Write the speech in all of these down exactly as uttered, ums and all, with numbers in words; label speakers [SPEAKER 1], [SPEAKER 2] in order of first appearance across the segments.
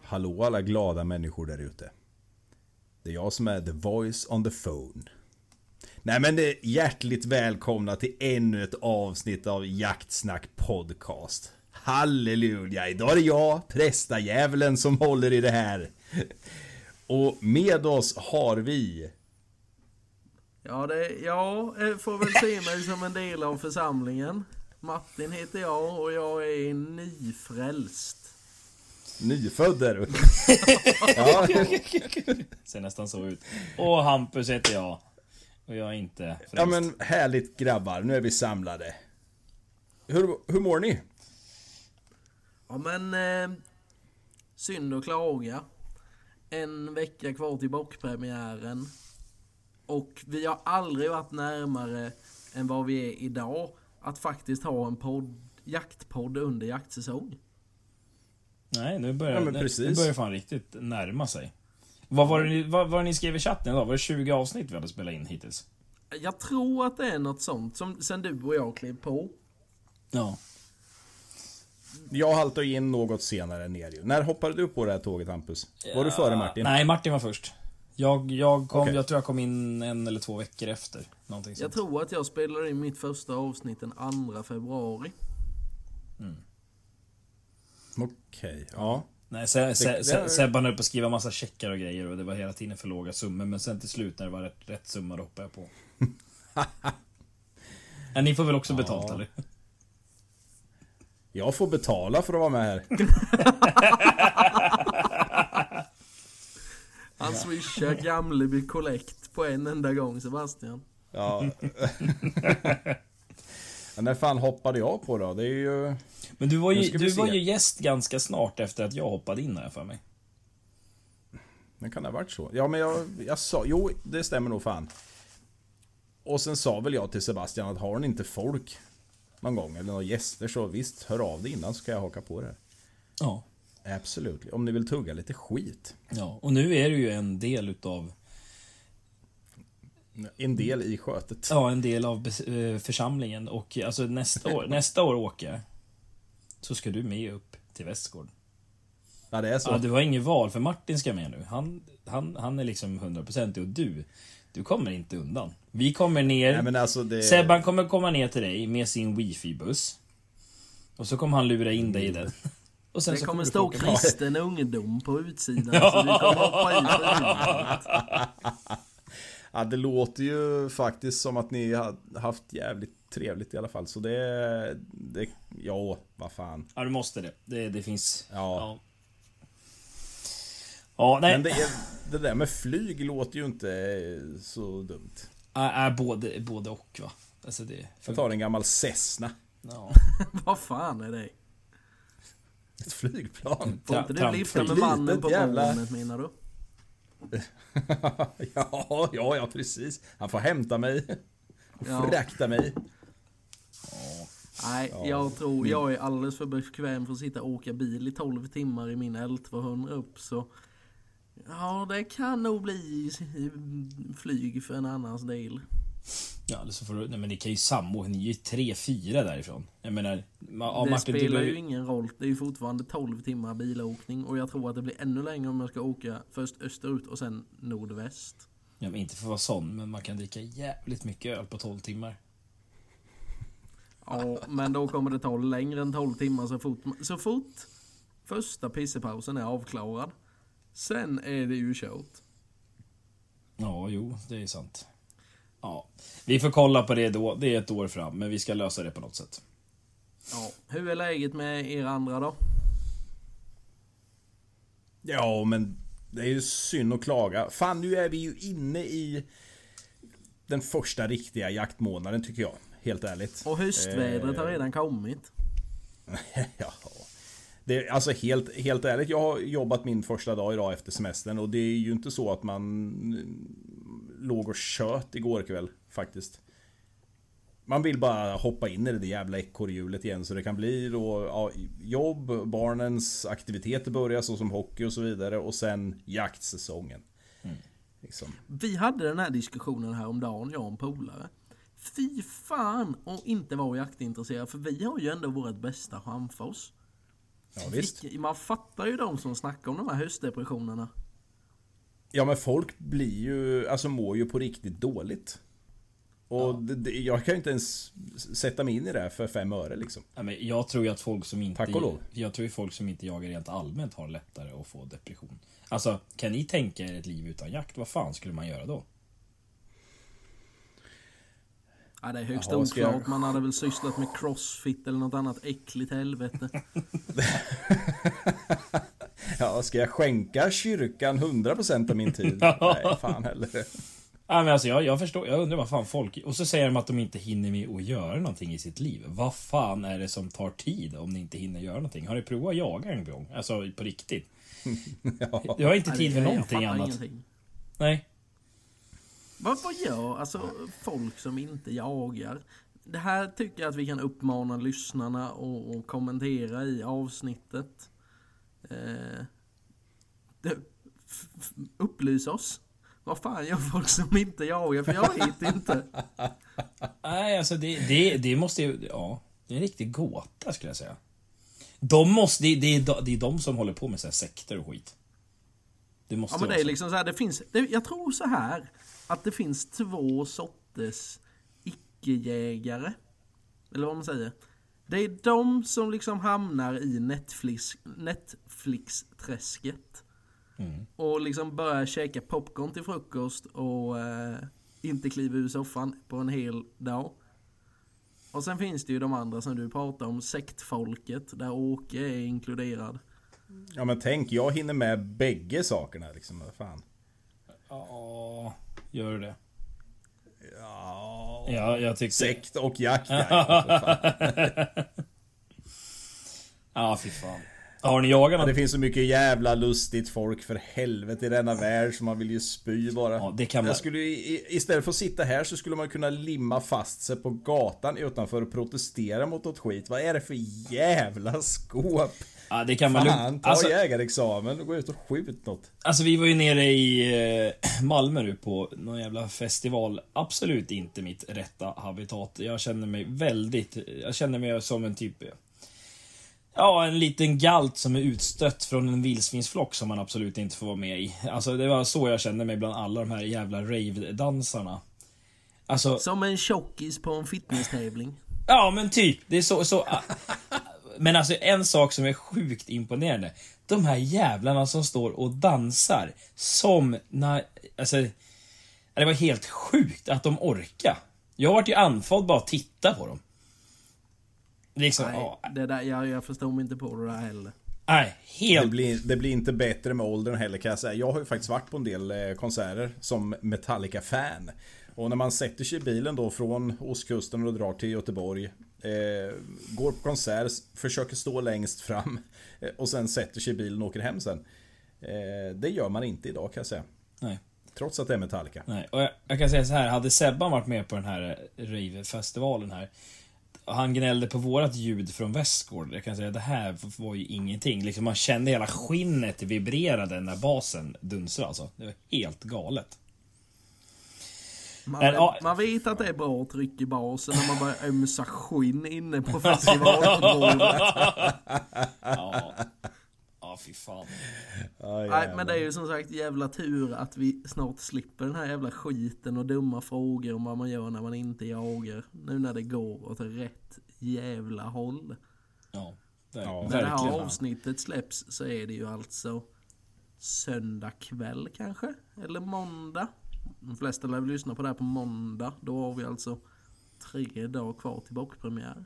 [SPEAKER 1] Hallå alla glada människor där ute. Det är jag som är the voice on the phone. Nej men det är hjärtligt välkomna till ännu ett avsnitt av Jaktsnack podcast. Halleluja, idag är det jag, prästajävlen, som håller i det här. Och med oss har vi...
[SPEAKER 2] Ja, det, jag får väl se mig som en del av församlingen. Martin heter jag och jag är nyfrälst.
[SPEAKER 1] Nyfödd är du. Ja.
[SPEAKER 3] Ser nästan så ut. Och Hampus heter jag. Och jag är inte frälst.
[SPEAKER 1] Ja men härligt grabbar, nu är vi samlade. Hur, hur mår ni?
[SPEAKER 2] Ja men eh, synd och klaga. En vecka kvar till bockpremiären. Och vi har aldrig varit närmare än vad vi är idag att faktiskt ha en podd, jaktpodd under jaktsäsong.
[SPEAKER 3] Nej, nu börjar,
[SPEAKER 1] ja,
[SPEAKER 3] nu, nu börjar fan riktigt närma sig. Vad var det ni, vad, vad ni skrev i chatten idag? Var det tjugo avsnitt vi hade spelat in hittills?
[SPEAKER 2] Jag tror att det är något sånt som sen du och jag klev på.
[SPEAKER 3] Ja.
[SPEAKER 1] Jag haltar in något senare ner ju. När hoppade du på det här tåget, Hampus? Var du före Martin?
[SPEAKER 3] Nej, Martin var först. Jag, jag, kom,
[SPEAKER 1] okay.
[SPEAKER 3] jag tror jag kom in en eller två veckor efter. Någonting sånt.
[SPEAKER 2] Jag tror att jag spelade in mitt första avsnitt den andra februari.
[SPEAKER 3] Mm.
[SPEAKER 1] Okej, okay, ja.
[SPEAKER 3] Nej, se, se, se, Sebban höll på att skriva massa checkar och grejer och det var hela tiden för låga summor. Men sen till slut när det var rätt, rätt summa då hoppade jag på. Ja, ni får väl också betalt, ja. Eller?
[SPEAKER 1] Jag får betala för att vara med här.
[SPEAKER 2] Han swishar Gamleby Collect på en enda gång, Sebastian.
[SPEAKER 1] Ja. Men när fan hoppade jag på då? Det är ju...
[SPEAKER 3] Men du var ju, du var ju gäst ganska snart efter att jag hoppade in här för mig.
[SPEAKER 1] Men kan det ha varit så? Ja men jag, jag sa, jo det stämmer nog fan. Och sen sa väl jag till Sebastian att har ni inte folk någon gång eller några gäster så visst, hör av det innan så ska jag haka på det här.
[SPEAKER 3] Ja.
[SPEAKER 1] Absolut, om ni vill tugga lite skit.
[SPEAKER 3] Ja, och nu är det ju en del utav...
[SPEAKER 1] En del i skötet.
[SPEAKER 3] Ja, en del av församlingen. Och alltså nästa år, nästa år åker så ska du med upp till Västgård.
[SPEAKER 1] Ja, det är så.
[SPEAKER 3] Ja, du har ingen val för Martin ska med nu. Han, han, han är liksom hundra procent och du, du kommer inte undan. Vi kommer ner.
[SPEAKER 1] Nej, men alltså det...
[SPEAKER 3] Sebban kommer komma ner till dig med sin wifi-buss. Och så kommer han lura in dig i den. Och sen
[SPEAKER 2] det
[SPEAKER 3] så
[SPEAKER 2] kommer,
[SPEAKER 3] kommer
[SPEAKER 2] stå kristen ungdom på utsidan. Så vi kommer hoppa i för
[SPEAKER 1] Ja, det låter ju faktiskt som att ni har haft jävligt trevligt i alla fall. Så det, det ja, vad fan.
[SPEAKER 3] Ja, du måste det. Det, det finns...
[SPEAKER 1] Ja.
[SPEAKER 3] Ja, ja nej.
[SPEAKER 1] Men det, är, det där med flyg låter ju inte så dumt.
[SPEAKER 3] Är, är både, både och, va? Alltså det...
[SPEAKER 1] Jag tar en gammal Cessna.
[SPEAKER 3] Ja.
[SPEAKER 2] Vad fan är det?
[SPEAKER 1] Ett flygplan.
[SPEAKER 2] Får inte du lifta med mannen på
[SPEAKER 1] jävla...
[SPEAKER 2] barnet, menar du?
[SPEAKER 1] ja, ja, ja, precis. Han får hämta mig och
[SPEAKER 2] ja.
[SPEAKER 1] frakta mig.
[SPEAKER 2] Ja. Nej, ja. jag tror jag är alldeles för bekväm för att sitta och åka bil i tolv timmar i min L tvåhundra upp. Så ja, det kan nog bli flyg för en annans del.
[SPEAKER 3] Ja, så får du, nej men det kan ju samma, ni är ju tre, fyra därifrån. Jag menar, ja,
[SPEAKER 2] det
[SPEAKER 3] Martin,
[SPEAKER 2] spelar
[SPEAKER 3] du...
[SPEAKER 2] ju ingen roll. Det är ju fortfarande tolv timmar bilåkning. Och jag tror att det blir ännu längre om jag ska åka först österut och sen nordväst.
[SPEAKER 3] Ja, men inte för att vara sån, men man kan dricka jävligt mycket öl på tolv timmar.
[SPEAKER 2] Ja, men då kommer det ta längre än tolv timmar så fort, så fort första pissepausen är avklarad. Sen är det ju kört.
[SPEAKER 3] Ja, jo, det är sant. Ja, vi får kolla på det då. Det är ett år fram, men vi ska lösa det på något sätt.
[SPEAKER 2] Ja, hur är läget med er andra då?
[SPEAKER 1] Ja, men det är ju synd att klaga. Fan, nu är vi ju inne i den första riktiga jaktmånaden tycker jag. Helt ärligt.
[SPEAKER 2] Och höstvädret har redan kommit.
[SPEAKER 1] Ja. Det är alltså helt, helt ärligt, jag har jobbat min första dag idag efter semestern och det är ju inte så att man låg och kött igår kväll faktiskt. Man vill bara hoppa in i det jävla ekorrhjulet igen så det kan bli då ja, jobb, barnens aktiviteter börjar så som hockey och så vidare och sen jaktsäsongen. Mm. Liksom.
[SPEAKER 2] Vi hade den här diskussionen här om dagen, jag och en polare. Fy fan om inte vara jaktintresserad, för vi har ju ändå vårt bästa framför oss.
[SPEAKER 1] Ja, visst.
[SPEAKER 2] Man fattar ju de som snackar om de här höstdepressionerna.
[SPEAKER 1] Ja, men folk blir ju, alltså mår ju på riktigt dåligt. Och
[SPEAKER 3] Ja.
[SPEAKER 1] det, det, jag kan ju inte ens sätta mig in i det här för fem öre liksom.
[SPEAKER 3] Ja, men jag tror ju att folk som inte
[SPEAKER 1] Tack och lov.
[SPEAKER 3] Jag tror ju folk som inte jagar rent allmänt har lättare att få depression. Alltså, kan ni tänka er ett liv utan jakt? Vad fan skulle man göra då?
[SPEAKER 2] Ja, det är högst
[SPEAKER 1] Jaha, ska jag-
[SPEAKER 2] oklart. Man hade väl sysslat med crossfit eller något annat äckligt helvete.
[SPEAKER 1] Ja, ska jag skänka kyrkan hundra procent av min tid? Nej, fan heller.
[SPEAKER 3] Ja, men alltså, jag, jag förstår, jag undrar vad fan folk... Och så säger de att de inte hinner med att göra någonting i sitt liv. Vad fan är det som tar tid om ni inte hinner göra någonting? Har ni provat att jaga en gång? Alltså, på riktigt.
[SPEAKER 1] Ja.
[SPEAKER 3] Jag har inte tid för
[SPEAKER 2] Nej, jag
[SPEAKER 3] någonting
[SPEAKER 2] fattar
[SPEAKER 3] annat.
[SPEAKER 2] ingenting.
[SPEAKER 3] Nej.
[SPEAKER 2] Vad, vad gör alltså folk som inte jagar? Det här tycker jag att vi kan uppmana lyssnarna och, och kommentera i avsnittet. Eh, det, f, f, upplys oss. Vad fan gör folk som inte jagar? För jag vet inte.
[SPEAKER 3] Nej, alltså det, det, det måste ju... Ja, det är en riktig gåta skulle jag säga. De måste... Det, det, är, det är de som håller på med så här sekter och skit. Det måste
[SPEAKER 2] Ja, men
[SPEAKER 3] vara
[SPEAKER 2] det är
[SPEAKER 3] så.
[SPEAKER 2] liksom så här, det finns, det, jag tror så här att det finns två sorters icke-jägare. Eller vad man säger. Det är de som liksom hamnar i Netflix, Netflix-träsket.
[SPEAKER 3] Mm.
[SPEAKER 2] Och liksom börjar käka popcorn till frukost och eh, inte kliva ur soffan på en hel dag. Och sen finns det ju de andra som du pratar om, sektfolket, där Åke är inkluderad.
[SPEAKER 1] Ja, men tänk, jag hinner med bägge sakerna liksom. Vad fan.
[SPEAKER 3] Ja, gör du det?
[SPEAKER 1] Ja,
[SPEAKER 3] Ja, jag tyckte...
[SPEAKER 1] sekt och jakt. Ja, för fan.
[SPEAKER 3] Ja, fy fan. Har ni jagat
[SPEAKER 1] Ja,
[SPEAKER 3] något?
[SPEAKER 1] det finns så mycket jävla lustigt folk för helvete i denna värld som man vill ju spy bara.
[SPEAKER 3] Ja, det kan man...
[SPEAKER 1] Jag skulle, i- istället för att sitta här så skulle man kunna limma fast sig på gatan utanför och protestera mot något skit. Vad är det för jävla skåp?
[SPEAKER 3] Ja, det kan man
[SPEAKER 1] Fan,
[SPEAKER 3] lugnt...
[SPEAKER 1] ta
[SPEAKER 3] Alltså,
[SPEAKER 1] jägarexamen och gå ut och skjut något.
[SPEAKER 3] alltså, vi var ju nere i eh, Malmö nu på någon jävla festival. Absolut inte mitt rätta habitat. Jag känner mig väldigt... Jag känner mig som en typ... Ja, en liten galt som är utstött från en vildsvinsflock som man absolut inte får vara med i. Alltså, det var så jag kände mig bland alla de här jävla rave-dansarna. Alltså...
[SPEAKER 2] Som en tjockis på en fitnesstävling.
[SPEAKER 3] Ja, men typ. Det är så... så men alltså, en sak som är sjukt imponerande. De här jävlarna som står och dansar som... När, alltså... Det var helt sjukt att de orkar. Jag vart ju andfådd bara att titta på dem. Liksom,
[SPEAKER 2] Nej,
[SPEAKER 3] ja,
[SPEAKER 2] det där, jag, jag förstår mig inte på det där heller.
[SPEAKER 3] nej, helt...
[SPEAKER 1] Det blir, det blir inte bättre med åldern heller kan jag säga. Jag har ju faktiskt varit på en del eh, konserter som Metallica-fan. Och när man sätter sig i bilen då från ostkusten och drar till Göteborg, eh, går på konsert, försöker stå längst fram eh, och sen sätter sig i bilen och åker hem sen. Eh, det gör man inte idag kan jag säga.
[SPEAKER 3] Nej.
[SPEAKER 1] Trots att det är Metallica.
[SPEAKER 3] Nej, och jag, jag kan säga så här, hade Sebban varit med på den här rave-festivalen här, han gnällde på vårat ljud från Västgård. Jag kan säga, det här var ju ingenting. Liksom man kände hela skinnet vibrerade när basen dunsade alltså. Det var helt galet.
[SPEAKER 2] Man,
[SPEAKER 3] Men, ja.
[SPEAKER 2] man vet att det är bra tryck i basen när man börjar ömsa skinn inne på festivalområdet.
[SPEAKER 3] Ja. Ja, fy fan.
[SPEAKER 1] Ah,
[SPEAKER 2] Nej, men det är ju som sagt jävla tur att vi snart slipper den här jävla skiten och dumma frågor om vad man gör när man inte jagar. Nu när det går åt rätt jävla håll.
[SPEAKER 3] Ja, ver-
[SPEAKER 1] Ja.
[SPEAKER 2] När det här
[SPEAKER 3] verkligen.
[SPEAKER 2] avsnittet släpps så är det ju alltså söndag kväll kanske? Eller måndag? De flesta lär väl lyssna på det här på måndag. Då har vi alltså tre dagar kvar till bockpremiär.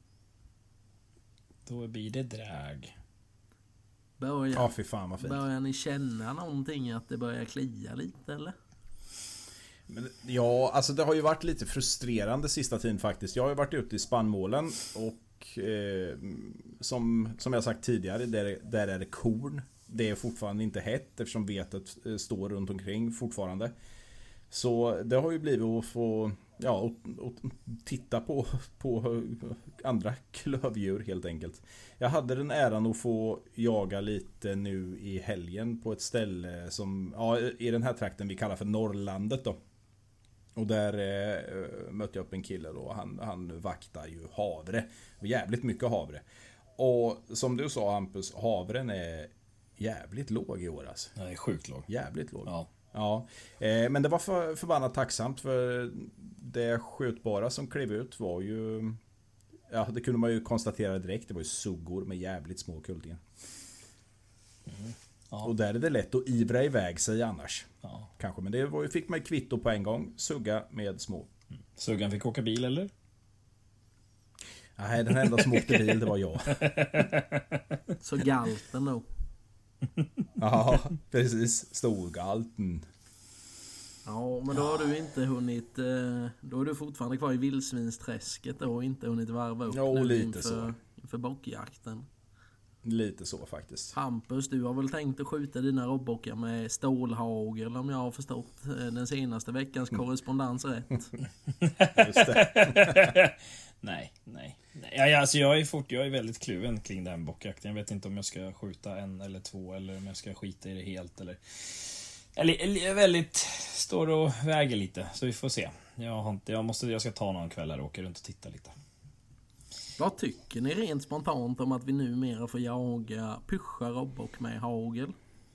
[SPEAKER 3] Då blir det drag.
[SPEAKER 2] Börjar,
[SPEAKER 1] Ja, fy fan vad fint.
[SPEAKER 2] börjar ni känna någonting att det börjar klia lite eller?
[SPEAKER 1] Men, ja, alltså det har ju varit lite frustrerande sista tiden faktiskt. Jag har ju varit ute i spannmålen och eh, som, som jag sagt tidigare, där, där är det korn. Det är fortfarande inte hett eftersom vetet eh, står runt omkring fortfarande. Så det har ju blivit att få ja, och, och titta på, på andra klövdjur helt enkelt. Jag hade den äran att få jaga lite nu i helgen på ett ställe som, ja, i den här trakten vi kallar för Norrlandet då. Och där eh, mötte jag upp en kille då. Han, han vaktar ju havre. Och jävligt mycket havre. Och som du sa Hampus, havren är jävligt låg i år alltså.
[SPEAKER 3] Den är sjukt låg.
[SPEAKER 1] Jävligt låg.
[SPEAKER 3] Ja.
[SPEAKER 1] Ja, eh, men det var för, förbannat tacksamt för det skjutbara som klev ut var ju, ja det kunde man ju konstatera direkt, det var ju suggor med jävligt små kultingar.
[SPEAKER 3] Mm. Ja.
[SPEAKER 1] Och där är det lätt att ivra iväg sig annars.
[SPEAKER 3] Ja.
[SPEAKER 1] Kanske, men det var, fick man kvitto på en gång, sugga med små.
[SPEAKER 3] Mm. Suggan fick åka bil eller?
[SPEAKER 1] Nej, den enda som åkte bil, det var jag.
[SPEAKER 2] Så galten då.
[SPEAKER 1] Ja, precis. Storgalten.
[SPEAKER 2] Ja, men då har du inte hunnit... eh, Då är du fortfarande kvar i vildsvinsträsket då och inte hunnit varva upp
[SPEAKER 1] Jo,
[SPEAKER 2] nu
[SPEAKER 1] lite
[SPEAKER 2] inför,
[SPEAKER 1] så.
[SPEAKER 2] inför bockjakten.
[SPEAKER 1] Lite så faktiskt.
[SPEAKER 2] Hampus, du har väl tänkt att skjuta dina robbockar med stålhagel om jag har förstått eh, den senaste veckans korrespondens rätt.
[SPEAKER 1] Just det.
[SPEAKER 3] nej, nej. nej. Ja, alltså jag är fort, jag är väldigt kluven kring den bockjakten. Jag vet inte om jag ska skjuta en eller två eller om jag ska skita i det helt eller... Eller, eller jag är väldigt... Står och väger lite, så vi får se. Jag, har inte, jag, måste, jag ska ta någon kväll här och åka runt och titta lite.
[SPEAKER 2] Vad tycker ni rent spontant om att vi numera får jaga pusha robbock med hagel?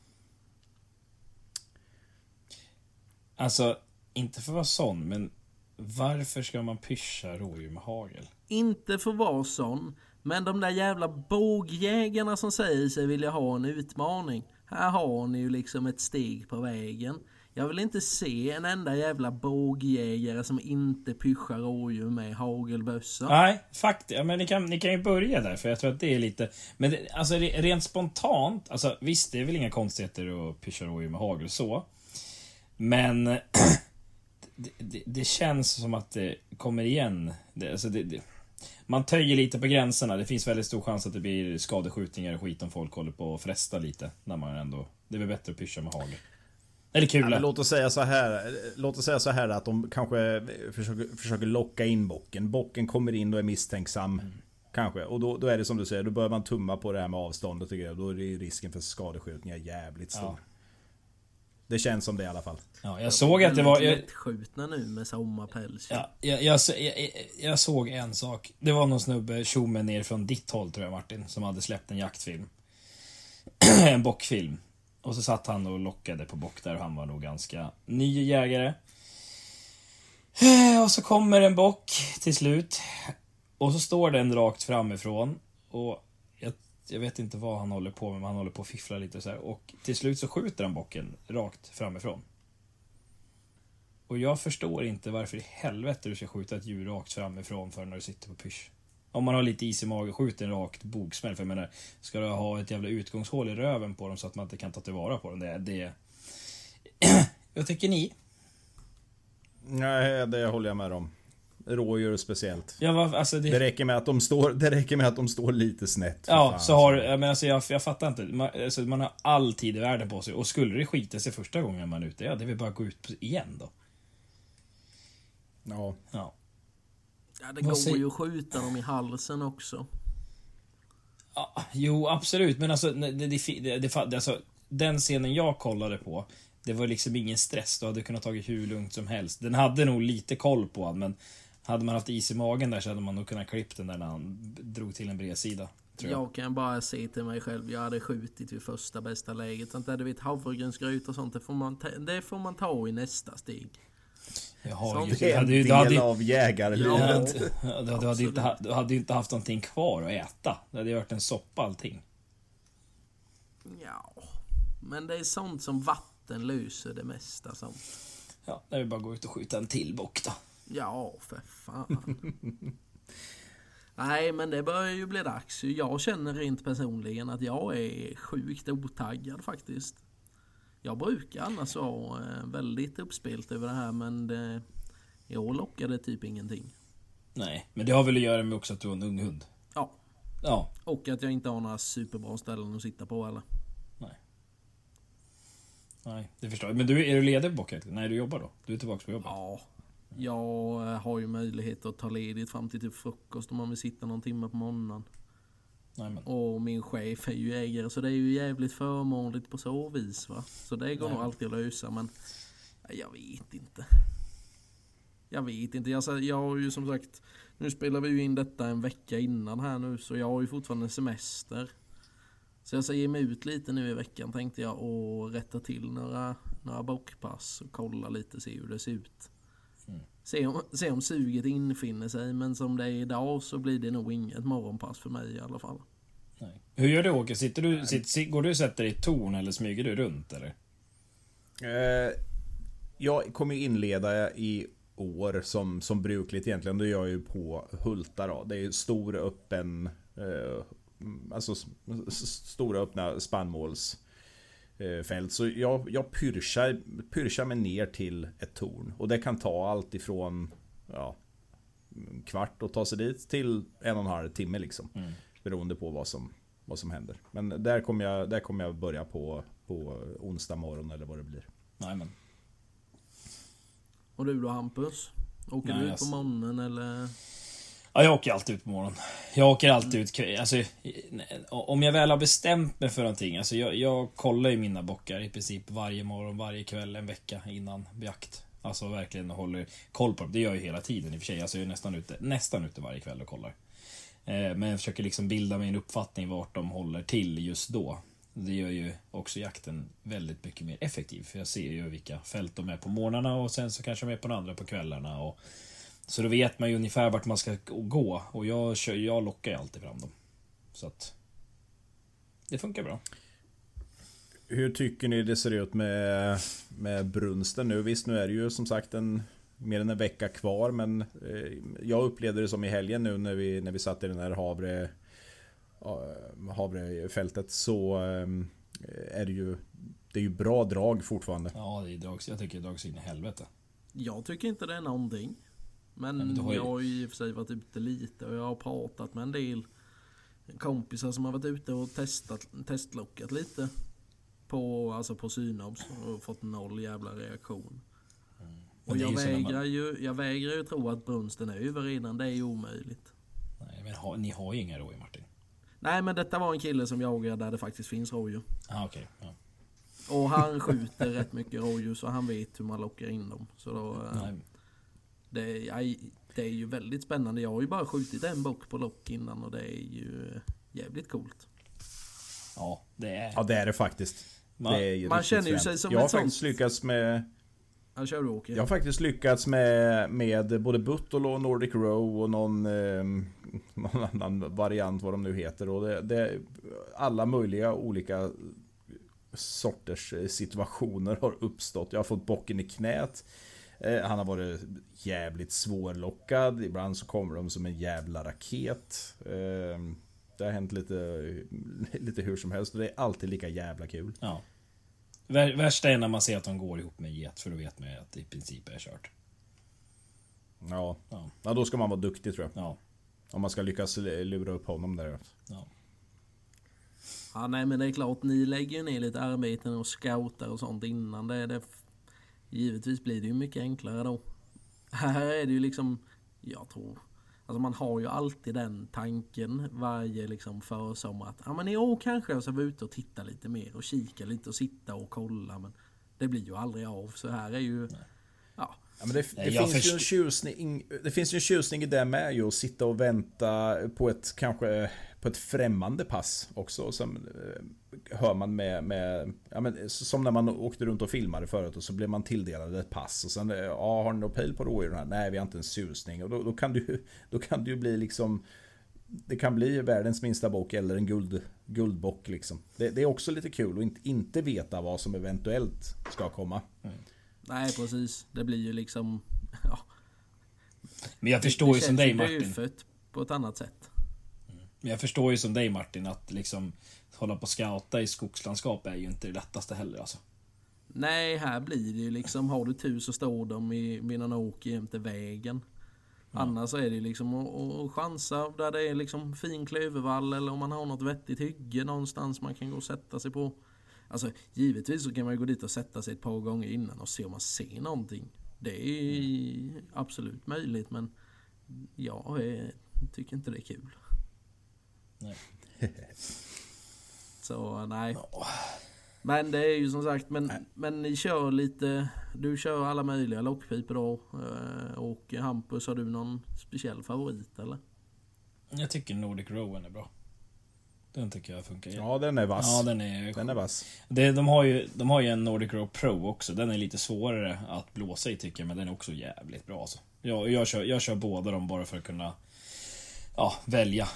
[SPEAKER 3] Alltså, inte för att vara sån, men varför ska man pyscha rådjur med hagel?
[SPEAKER 2] Inte för att vara sån, men de där jävla bågjägarna som säger sig vilja ha en utmaning. Här har ni ju liksom ett steg på vägen. Jag vill inte se en enda jävla bågjägare som inte pyschar rådjur med hagelbössa.
[SPEAKER 3] Nej, faktiskt. Ja, men ni kan, ni kan ju börja där, för jag tror att det är lite... Men det, alltså rent spontant, alltså visst, det är väl inga konstigheter att pyscha rådjur med hagel så. Men det, det, det känns som att det kommer igen. Det, alltså det, det, man töjer lite på gränserna. Det finns väldigt stor chans att det blir skadeskjutningar och skit om folk håller på att fresta lite. När man ändå, det är väl bättre att pyscha med hagel. Eller kul.
[SPEAKER 1] Ja, låt oss säga så här. Låt oss säga så här att de kanske försöker, försöker locka in bocken. Bocken kommer in och är misstänksam. Mm. Kanske. Och då, då är det som du säger. Då bör man tumma på det här med avståndet. Och då är det risken för skadeskjutningar jävligt stor. Ja. Det känns som det i alla fall.
[SPEAKER 3] Ja, jag såg att det var... Jag,
[SPEAKER 2] skjutna nu med sommarpäls.
[SPEAKER 3] Ja, jag, jag, jag, jag såg en sak. Det var någon snubbe, tjomme ner från ditt håll tror jag Martin, som hade släppt en jaktfilm. En bockfilm. Och så satt han och lockade på bock där och han var nog ganska ny jägare. Och så kommer en bock till slut. Och så står den rakt framifrån. Och jag, jag vet inte vad han håller på med, men han håller på att fiffla lite så här. Och till slut så skjuter han bocken rakt framifrån. Och jag förstår inte varför i helvete du ska skjuta ett djur rakt framifrån för när du sitter på pysch. Om man har lite is i magen, skjut en rakt bogsmäll. För jag menar, ska du ha ett jävla utgångshål i röven på dem så att man inte kan ta tillvara på dem? Det, det... Vad tycker ni?
[SPEAKER 1] Nej, det håller jag med om. Rådjur speciellt.
[SPEAKER 3] Ja, va, alltså det...
[SPEAKER 1] det räcker med att de står, det räcker med att de står lite snett.
[SPEAKER 3] Ja,
[SPEAKER 1] fan,
[SPEAKER 3] så har jag, men alltså jag, jag fattar inte. Man, alltså man har all tid i världen på sig. Och skulle det skita sig första gången man är ute, ja, det vill bara gå ut igen då.
[SPEAKER 1] Ja.
[SPEAKER 3] Ja.
[SPEAKER 2] Ja, det går säger... ju att skjuta dem i halsen också.
[SPEAKER 3] Ja, jo, absolut. Men alltså, det, det, det, det, alltså, den scenen jag kollade på, det var liksom ingen stress. Du hade kunnat tagit hur lugnt som helst. Den hade nog lite koll på han, men hade man haft is i magen där så hade man nog kunnat klippa den där när han drog till en bred sida. Tror jag.
[SPEAKER 2] jag kan bara se till mig själv. Jag hade skjutit vid första bästa läget. Sånt där, du vet, havregrynsgryt och sånt. Det får man ta, det får man ta i nästa steg.
[SPEAKER 3] Jag har
[SPEAKER 1] ju, det är en del hade, av jägarlivet.
[SPEAKER 3] Ja, du, hade inte, du hade ju inte haft någonting kvar att äta. Det hade varit en soppa allting.
[SPEAKER 2] Ja, men det är sånt som vatten löser det mesta sånt.
[SPEAKER 3] Ja, det är bara att gå ut och skjuta en till bock då.
[SPEAKER 2] Ja, för fan. Nej, men det börjar ju bli dags. Jag känner rent personligen att jag är sjukt otaggad faktiskt. Jag brukar annars vara väldigt uppspelt över det här, men det, jag lockade typ ingenting.
[SPEAKER 3] Nej, men det har väl att göra med också att du har en ung hund.
[SPEAKER 2] Ja.
[SPEAKER 3] Ja.
[SPEAKER 2] Och att jag inte har några superbra ställen att sitta på eller.
[SPEAKER 3] Nej. Nej, det förstår jag. Men du, är du ledig på bockjakt? Nej, du jobbar då? Du är tillbaka på jobbet?
[SPEAKER 2] Ja. Jag har ju möjlighet att ta ledigt fram till typ frukost om man vill sitta någon timme på morgonen. Nej, men. Och min chef är ju ägare, så det är ju jävligt förmånligt på så vis, va? Så det går Nej. nog alltid att lösa, men jag vet inte. Jag vet inte. Jag, jag har ju som sagt nu spelar vi ju in detta en vecka innan här nu, så jag har ju fortfarande semester. Så jag ska ge mig ut lite nu i veckan, tänkte jag, och rätta till några, några bockpass och kolla lite, se hur det ser ut. Mm. Se, om, se om suget infinner sig, men som det är idag så blir det nog inget morgonpass för mig i alla fall.
[SPEAKER 3] Nej. Hur gör du, Åke? Sitter du, sitter, går du och sätter dig i torn eller smyger du runt, eller?
[SPEAKER 1] Eh, jag kommer inleda i år som, som brukligt egentligen. Det gör jag ju på Hulta då. Det är stor öppen eh, alltså stora öppna spannmålsfält. Så jag, jag pyrschar, pyrschar mig ner till ett torn. Och det kan ta allt ifrån ja, kvart och ta sig dit till en och en halv timme liksom. Mm. Beroende på vad som, vad som händer. Men där kommer jag, där kommer jag börja på, på onsdag morgon eller vad det blir.
[SPEAKER 3] Nej, men.
[SPEAKER 2] Och du då, Hampus? Åker Nej, du ut på morgonen eller?
[SPEAKER 3] Ja, jag åker alltid ut på morgonen. Jag åker alltid ut, alltså, om jag väl har bestämt mig för någonting, alltså jag, jag kollar ju mina bockar i princip varje morgon, varje kväll, en vecka innan jakt. Alltså verkligen håller koll på det. Det gör jag ju hela tiden i och för sig. Alltså jag är nästan ute, nästan ute varje kväll och kollar. Eh, men jag försöker liksom bilda mig en uppfattning vart de håller till just då. Det gör ju också jakten väldigt mycket mer effektiv. För jag ser ju vilka fält de är på morgnarna och sen så kanske de är på den andra på kvällarna. Och, så då vet man ju ungefär vart man ska gå. Och jag, kör, jag lockar ju alltid fram dem. Så att det funkar bra.
[SPEAKER 1] Hur tycker ni det ser ut med, med brunsten nu? Visst, nu är det ju som sagt en, mer än en vecka kvar. Men eh, jag upplevde det som i helgen nu när vi, när vi satt i den här havre... havrefältet, så ähm, är det ju det är ju bra drag fortfarande.
[SPEAKER 3] Ja, det är drags, jag tycker det drags in i helvete.
[SPEAKER 2] Jag tycker inte det är någonting. Men, Nej, men har ju... jag har ju i och för sig varit ute lite och jag har pratat med en del kompisar som har varit ute och testat, testlockat lite på, alltså på Synobs och fått noll jävla reaktion. Mm. Och jag vägrar, man... ju, jag vägrar ju tro att brunsten är över innan, det är ju omöjligt.
[SPEAKER 3] Nej, men ha, ni har ju inga rådjur, Martin.
[SPEAKER 2] Nej, men detta var en kille som jagar där det faktiskt finns rådjur.
[SPEAKER 3] Ah, okej. Okay. Ja.
[SPEAKER 2] Och han skjuter rätt mycket rådjur så han vet hur man lockar in dem. Så då, Nej. Det, jag, det är ju väldigt spännande. Jag har ju bara skjutit en bock på lock innan och det är ju jävligt coolt.
[SPEAKER 3] Ja, det är...
[SPEAKER 1] Ja, det är det faktiskt.
[SPEAKER 2] Man,
[SPEAKER 1] det är
[SPEAKER 2] man känner ju sig som
[SPEAKER 1] jag
[SPEAKER 2] ett
[SPEAKER 1] har
[SPEAKER 2] sånt...
[SPEAKER 1] faktiskt lyckats med...
[SPEAKER 2] Ja, kör du, Åke.
[SPEAKER 1] Jag har faktiskt lyckats med, med både Buttolo och Nordic Row och någon, eh, någon annan variant, vad de nu heter. Och det, det, alla möjliga olika sorters situationer har uppstått. Jag har fått bocken i knät. Eh, han har varit jävligt svårlockad. Ibland så kommer de som en jävla raket. Eh, det har hänt lite, lite hur som helst. Och det är alltid lika jävla kul.
[SPEAKER 3] Ja. Värsta är när man ser att de går ihop med get, för då vet man att det i princip är kört.
[SPEAKER 1] Ja. Ja. Ja, då ska man vara duktig, tror jag.
[SPEAKER 3] Ja.
[SPEAKER 1] Om man ska lyckas lura upp honom där.
[SPEAKER 2] Ja. Ja, nej, men det är klart, ni lägger ner lite arbeten och scoutar och sånt innan. Det, det, givetvis blir det ju mycket enklare då. Här är det ju liksom, jag tror... Alltså man har ju alltid den tanken varje liksom försommar att ja, men i år kanske jag ska vara ute och titta lite mer och kika lite och sitta och kolla, men det blir ju aldrig av. Så här är ju ja.
[SPEAKER 1] Ja, men det, det, finns först... ju en tjusning, det finns ju en tjusning i det med ju att sitta och vänta på ett kanske på ett främmande pass också, som hör man med, med ja, men, som när man åkte runt och filmade förut och så blev man tilldelad ett pass och sen ja, har ni någon pejl på rådjuren här? Nej, vi har inte en susning. Och då, då kan du då kan det ju bli liksom, det kan bli världens minsta bock eller en guld, guldbock liksom. Det, det är också lite kul att inte, inte veta vad som eventuellt ska komma.
[SPEAKER 2] Mm. Nej, precis. Det blir ju liksom ja.
[SPEAKER 3] Men jag förstår det, ju som dig, Martin.
[SPEAKER 2] Det på ett annat sätt.
[SPEAKER 3] Men jag förstår ju som dig, Martin, att liksom hålla på och scouta i skogslandskap är ju inte det lättaste heller alltså.
[SPEAKER 2] Nej, här blir det ju liksom, har du tur så står de i vid någon åker jämte vägen. Ja. Annars är det liksom att chansa där det är liksom fin klövervall eller om man har något vettigt hygge någonstans man kan gå och sätta sig på. Alltså givetvis så kan man ju gå dit och sätta sig ett par gånger innan och se om man ser någonting. Det är mm. absolut möjligt, men jag är, tycker inte det är kul.
[SPEAKER 3] Nej.
[SPEAKER 2] Så nej. Men det är ju som sagt, men, men ni kör lite du kör alla möjliga lockpipor då. Och Hampus, har du någon speciell favorit eller?
[SPEAKER 3] Jag tycker Nordic Rowan är bra. Den tycker jag funkar.
[SPEAKER 1] Ja, den är vass.
[SPEAKER 3] Ja, den är,
[SPEAKER 1] den är vass.
[SPEAKER 3] Det, de, har ju, de har ju en Nordic Row Pro också. Den är lite svårare att blåsa i tycker jag, men den är också jävligt bra alltså. jag, jag, kör, jag kör båda dem bara för att kunna ja, välja.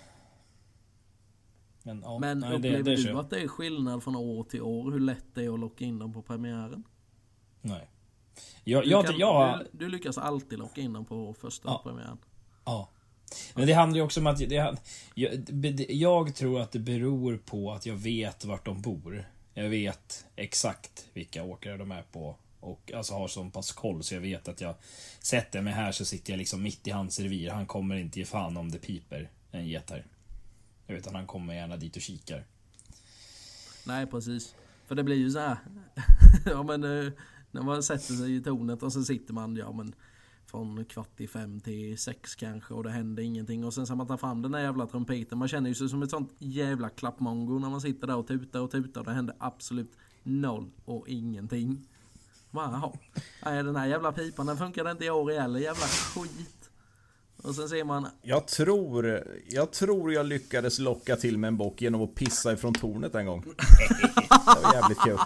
[SPEAKER 3] Men, ja,
[SPEAKER 2] men
[SPEAKER 3] nej,
[SPEAKER 2] upplever
[SPEAKER 3] det, det
[SPEAKER 2] du
[SPEAKER 3] kör.
[SPEAKER 2] att det är skillnad från år till år hur lätt det är att locka in dem på premiären?
[SPEAKER 3] Nej. Jag,
[SPEAKER 2] Du,
[SPEAKER 3] jag,
[SPEAKER 2] kan,
[SPEAKER 3] jag,
[SPEAKER 2] du, du lyckas alltid locka in dem på första
[SPEAKER 3] Ja.
[SPEAKER 2] premiären.
[SPEAKER 3] Ja. Men det handlar ju också om att det, jag, jag tror att det beror på att jag vet vart de bor. Jag vet exakt vilka åkare de är på. Och alltså har så pass koll så jag vet att jag sätter mig här så sitter jag liksom mitt i hans revir. Han kommer inte ge fan om det piper en get här. Utan han kommer gärna dit och kikar.
[SPEAKER 2] Nej, precis. För det blir ju så här. Ja, men eh, när man sätter sig i tornet och så sitter man, ja men från kvart i fem till sex kanske, och det händer ingenting. Och sen ska man ta fram den där jävla trumpeten. Man känner ju sig som ett sånt jävla klappmongo när man sitter där och tutar och tutar. Och det händer absolut noll och ingenting. Jaha. Nej, den här jävla pipan, den funkar inte i år heller. Jävla skit. Och sen ser man...
[SPEAKER 1] Jag tror, jag tror jag lyckades locka till med en bock genom att pissa ifrån tornet en gång. Det var jävligt kul.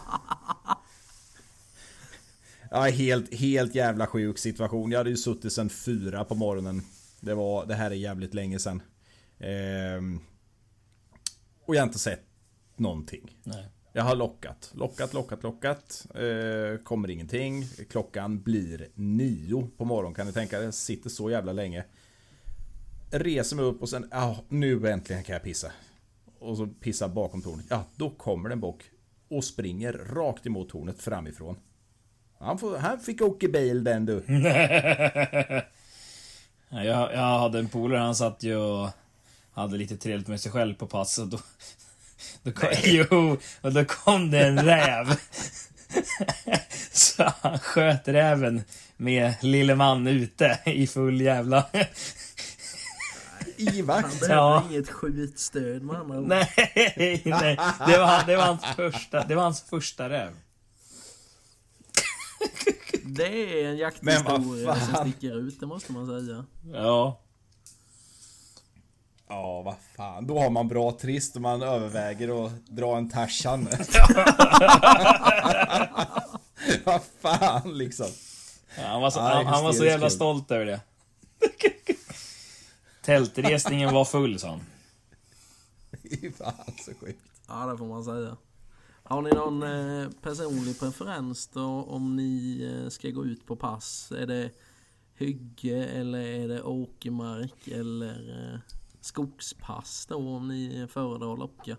[SPEAKER 1] Ja, helt, helt jävla sjuk situation. Jag hade ju suttit sedan fyra på morgonen. Det, var, det här är jävligt länge sedan. Ehm, och jag har inte sett någonting.
[SPEAKER 3] Nej.
[SPEAKER 1] Jag har lockat, lockat, lockat, lockat. Ehm, kommer ingenting. Klockan blir nio på morgonen, kan ni tänka. Jag sitter så jävla länge. Reser mig upp och sen, ja, nu äntligen kan jag pissa. Och så pissar bakom tornet. Ja, då kommer den bock och springer rakt emot tornet framifrån. Han, får, han fick åka bil den du.
[SPEAKER 3] jag, jag hade en polare, han satt ju och hade lite trevligt med sig själv på pass. Och då, då, kom, jo, och då kom det en räv. Så han sköt räven med lille man ute i full jävla...
[SPEAKER 1] I vakt.
[SPEAKER 2] Han behöver
[SPEAKER 3] Ja.
[SPEAKER 2] inget skjutstöd med andra ord.
[SPEAKER 3] nej, nej. Det var, det var hans första, det var hans första räv.
[SPEAKER 2] Det är en
[SPEAKER 1] Men
[SPEAKER 2] jakthistoria
[SPEAKER 1] vad
[SPEAKER 2] som
[SPEAKER 1] fan.
[SPEAKER 2] sticker ut, det måste man säga.
[SPEAKER 3] Ja.
[SPEAKER 1] Ja, vad fan. Då har man bra trist och man överväger att dra en Tarzan. Vad fan liksom.
[SPEAKER 3] Ja, han var så,
[SPEAKER 1] Ja,
[SPEAKER 3] han, han var så
[SPEAKER 1] hysteriskt
[SPEAKER 3] jävla
[SPEAKER 1] kul.
[SPEAKER 3] stolt över det. Tältresningen var full, sa han.
[SPEAKER 1] Det är fan så sjukt.
[SPEAKER 2] Ja, det får man säga. Har ni någon eh, personlig preferens då om ni eh, ska gå ut på pass? Är det hygge eller är det åkermark eller eh, skogspass då om ni föredrar att locka?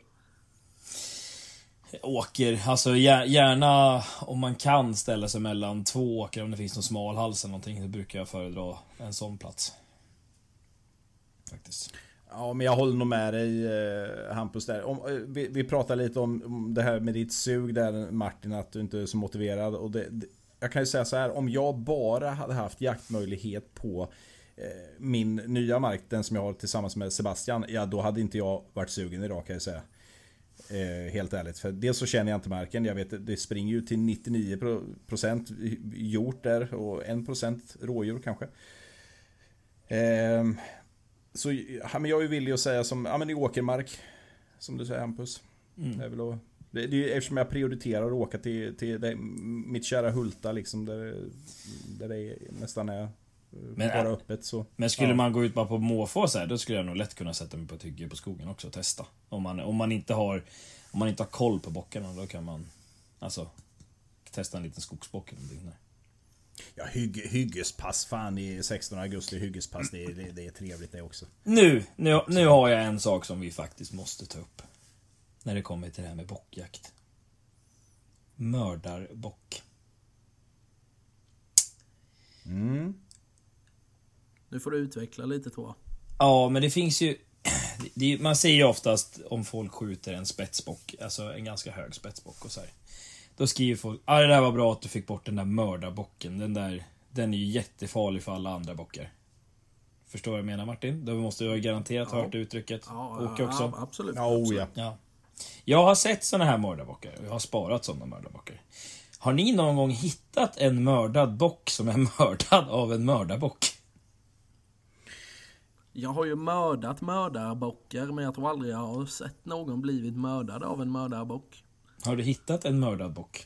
[SPEAKER 3] Åker, alltså gär- gärna om man kan ställa sig mellan två åker, om det finns någon smalhals eller någonting, så brukar jag föredra en sån plats. Faktiskt.
[SPEAKER 1] Ja, men jag håller nog med dig, eh, Hampus där. Om, eh, vi, vi pratar lite om, om det här med ditt sug där, Martin, att du inte är så motiverad. Och det, det, jag kan ju säga så här, om jag bara hade haft jaktmöjlighet på eh, min nya mark, den som jag har tillsammans med Sebastian, ja, då hade inte jag varit sugen idag, kan jag säga. Eh, helt ärligt, för dels så känner jag inte marken. Jag vet, det springer ju till nittionio procent hjort där och en procent rådjur kanske. Eh, Så ja, men jag är ju villig att säga som, ja, men i åkermark, som du säger, Hampus.
[SPEAKER 3] Mm.
[SPEAKER 1] Det är väl att, det, det är ju eftersom jag prioriterar att åka till, till det, mitt kära Hulta liksom, där, där det är, nästan är
[SPEAKER 3] Men,
[SPEAKER 1] bara öppet så.
[SPEAKER 3] Men skulle
[SPEAKER 1] Ja.
[SPEAKER 3] man gå ut bara på måfå så här, då skulle jag nog lätt kunna sätta mig på ett hygge på skogen också och testa. Om man, om man inte har om man inte har koll på bockarna, då kan man alltså testa en liten skogsbock eller någonting där.
[SPEAKER 1] Ja, hygg, hyggespass, fan, i sextonde augusti hyggespass, det är, det, det är trevligt det också.
[SPEAKER 3] Nu, nu, nu har jag en sak som vi faktiskt måste ta upp. När det kommer till det här med bockjakt. Mördarbock.
[SPEAKER 1] Mm.
[SPEAKER 2] Nu får du utveckla lite, tror jag.
[SPEAKER 3] Ja, men det finns ju... Det, man ser ju oftast om folk skjuter en spetsbock, alltså en ganska hög spetsbock och så här. Då skriver folk, ah, det där var bra att du fick bort den där mördarbocken. Den där, den är ju jättefarlig för alla andra bockar. Förstår vad jag menar, Martin? Då måste du ha garanterat
[SPEAKER 2] Ja.
[SPEAKER 3] hört uttrycket.
[SPEAKER 2] Ja,
[SPEAKER 3] Åke också.
[SPEAKER 2] ja, absolut.
[SPEAKER 1] Ja, oh,
[SPEAKER 2] absolut.
[SPEAKER 1] ja.
[SPEAKER 3] Ja. Jag har sett såna här mördarbockar. Jag har sparat såna mördarbockar. Har ni någon gång hittat en mördad bock som är mördad av en mördarbock?
[SPEAKER 2] Jag har ju mördat mördarbockar, men jag tror aldrig jag har sett någon blivit mördad av en mördarbock.
[SPEAKER 3] Har du hittat en mördad bock?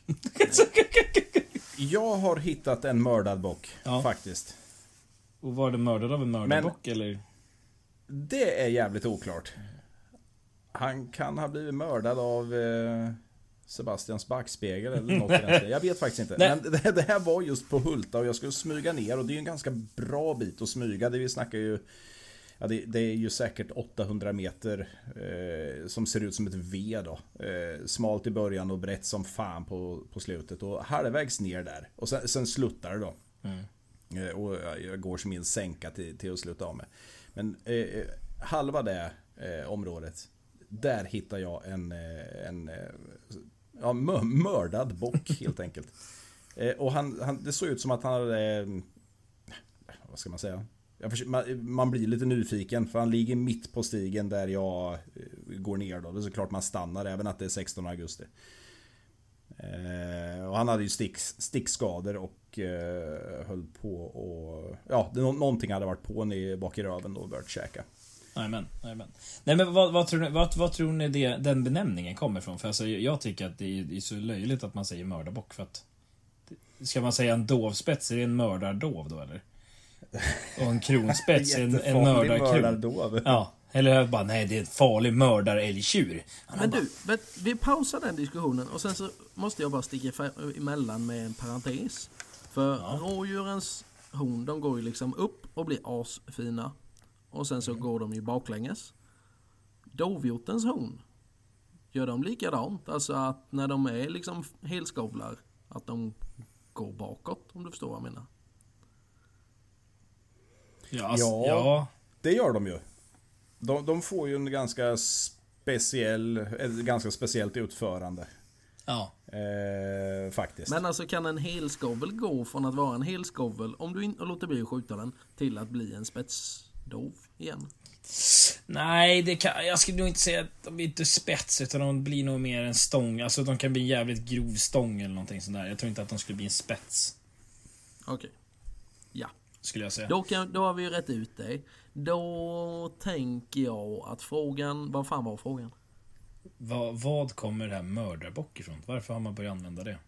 [SPEAKER 1] Jag har hittat en mördad bock,
[SPEAKER 3] Ja.
[SPEAKER 1] faktiskt.
[SPEAKER 3] Och var det mördad av en mördarbock eller?
[SPEAKER 1] Det är jävligt oklart. Han kan ha blivit mördad av eh, Sebastians backspegel eller något i den stilen. Jag vet faktiskt inte.
[SPEAKER 3] Nej.
[SPEAKER 1] Men det, det här var just på Hulta och jag skulle smyga ner och det är ju en ganska bra bit att smyga. Det vi snackar ju ja, det, det är ju säkert åttahundra meter eh, som ser ut som ett V då. Eh, smalt i början och brett som fan på, på slutet och halvvägs ner där. Och sen, sen sluttar det då. Mm. Eh, och jag går som en sänka till, till att sluta av med. Men eh, halva det eh, området, där hittar jag en, eh, en eh, ja, mördad bock helt enkelt. Eh, och han, han, det såg ut som att han hade, eh, vad ska man säga? Jag försöker, man, man blir lite nyfiken för han ligger mitt på stigen där jag eh, går ner då. Det är såklart man stannar även att det är sextonde augusti. Eh, och han hade ju stick, stickskador och eh, höll på och ja, det, någonting hade varit på i bak i röven och börjat käka.
[SPEAKER 3] Amen, amen. Nej men vad, vad tror ni, vad, vad tror ni det, den benämningen kommer ifrån? För alltså, jag tycker att det är, det är så löjligt att man säger mördarbock för att ska man säga en dovspets, är det en mördardov då eller? Och en kronspets, en, en mördarkron. Ja, eller bara nej, det är en farlig mördarälgtjur.
[SPEAKER 2] Men du, vi pausar den diskussionen och sen så måste jag bara sticka emellan med en parentes. För ja. Rådjurens horn, de går ju liksom upp och blir asfina. Och sen så mm. går de ju baklänges. Dovhjortens horn, gör de likadant? Alltså att när de är liksom helskavlar, att de går bakåt, om du förstår vad jag menar.
[SPEAKER 3] Ja, alltså,
[SPEAKER 1] ja,
[SPEAKER 3] ja,
[SPEAKER 1] det gör de ju. De, de får ju en ganska speciell, ett ganska speciellt utförande.
[SPEAKER 3] Ja.
[SPEAKER 1] Eh, faktiskt.
[SPEAKER 2] Men alltså kan en helskovel gå från att vara en helskovel, om du inte låter bli att skjuta den, till att bli en spetsdov igen?
[SPEAKER 3] Nej, det kan, jag skulle nog inte säga att de blir inte spets, utan de blir nog mer en stång. Alltså de kan bli en jävligt grov stång eller någonting sånt där. Jag tror inte att de skulle bli en spets.
[SPEAKER 2] Okej. Okay. Ja.
[SPEAKER 3] Skulle jag säga.
[SPEAKER 2] Då, kan, då har vi ju rätt ut dig. Då tänker jag att frågan... Vad fan var frågan?
[SPEAKER 3] Vad, vad kommer det här mördarbock ifrån? Varför har man börjat använda det?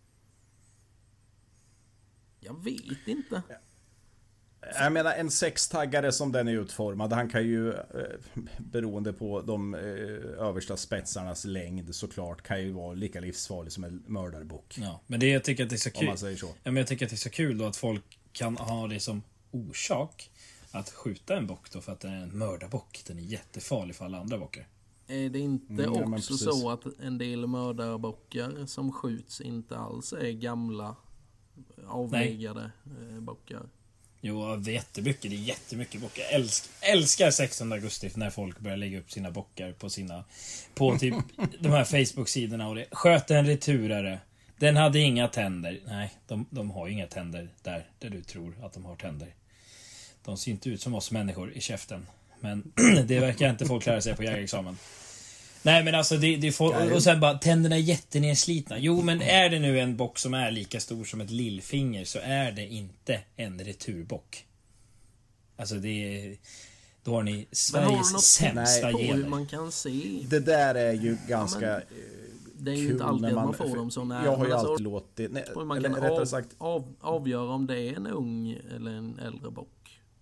[SPEAKER 2] Jag vet inte.
[SPEAKER 1] Jag menar en sextaggare som den är utformad, han kan ju eh, beroende på de eh, översta spetsarnas längd såklart kan ju vara lika livsfarlig som en mördarbock.
[SPEAKER 3] Ja, men det jag tycker att det är så kul.
[SPEAKER 1] Om man säger så.
[SPEAKER 3] Ja, men jag tycker att det är så kul då att folk kan ha det som orsak att skjuta en bock då för att den är en mördarbock. Den är jättefarlig för alla andra bockar.
[SPEAKER 2] Är det inte
[SPEAKER 1] mm,
[SPEAKER 2] också så att en del mördarbockar som skjuts inte alls är gamla avläggade Nej. bockar?
[SPEAKER 3] Jo, det är jättemycket. Det är jättemycket bockar. Jag älskar, älskar sextonde augusti när folk börjar lägga upp sina bockar på sina på typ de här Facebook-sidorna och det. Sköt en returare. Den hade inga tänder. Nej, de, de har ju inga tänder där, där du tror att de har tänder. De ser inte ut som oss människor i käften. Men det verkar inte folk lära sig på jägarexamen. Nej, men alltså det, det får, och sen bara, tänderna är jättenedslitna. Jo, men är det nu en bock som är lika stor som ett lillfinger så är det inte en returbock. Alltså det är, då har ni Sveriges sämsta gener.
[SPEAKER 2] Man kan se.
[SPEAKER 1] Det där är ju ganska
[SPEAKER 2] ja, det är ju inte alltid man, man får dem så nära.
[SPEAKER 1] Jag har ju
[SPEAKER 2] alltså,
[SPEAKER 1] alltid låtit nej,
[SPEAKER 2] man
[SPEAKER 1] eller
[SPEAKER 2] kan
[SPEAKER 1] rättare
[SPEAKER 2] av,
[SPEAKER 1] sagt
[SPEAKER 2] av, avgöra om det är en ung eller en äldre bock.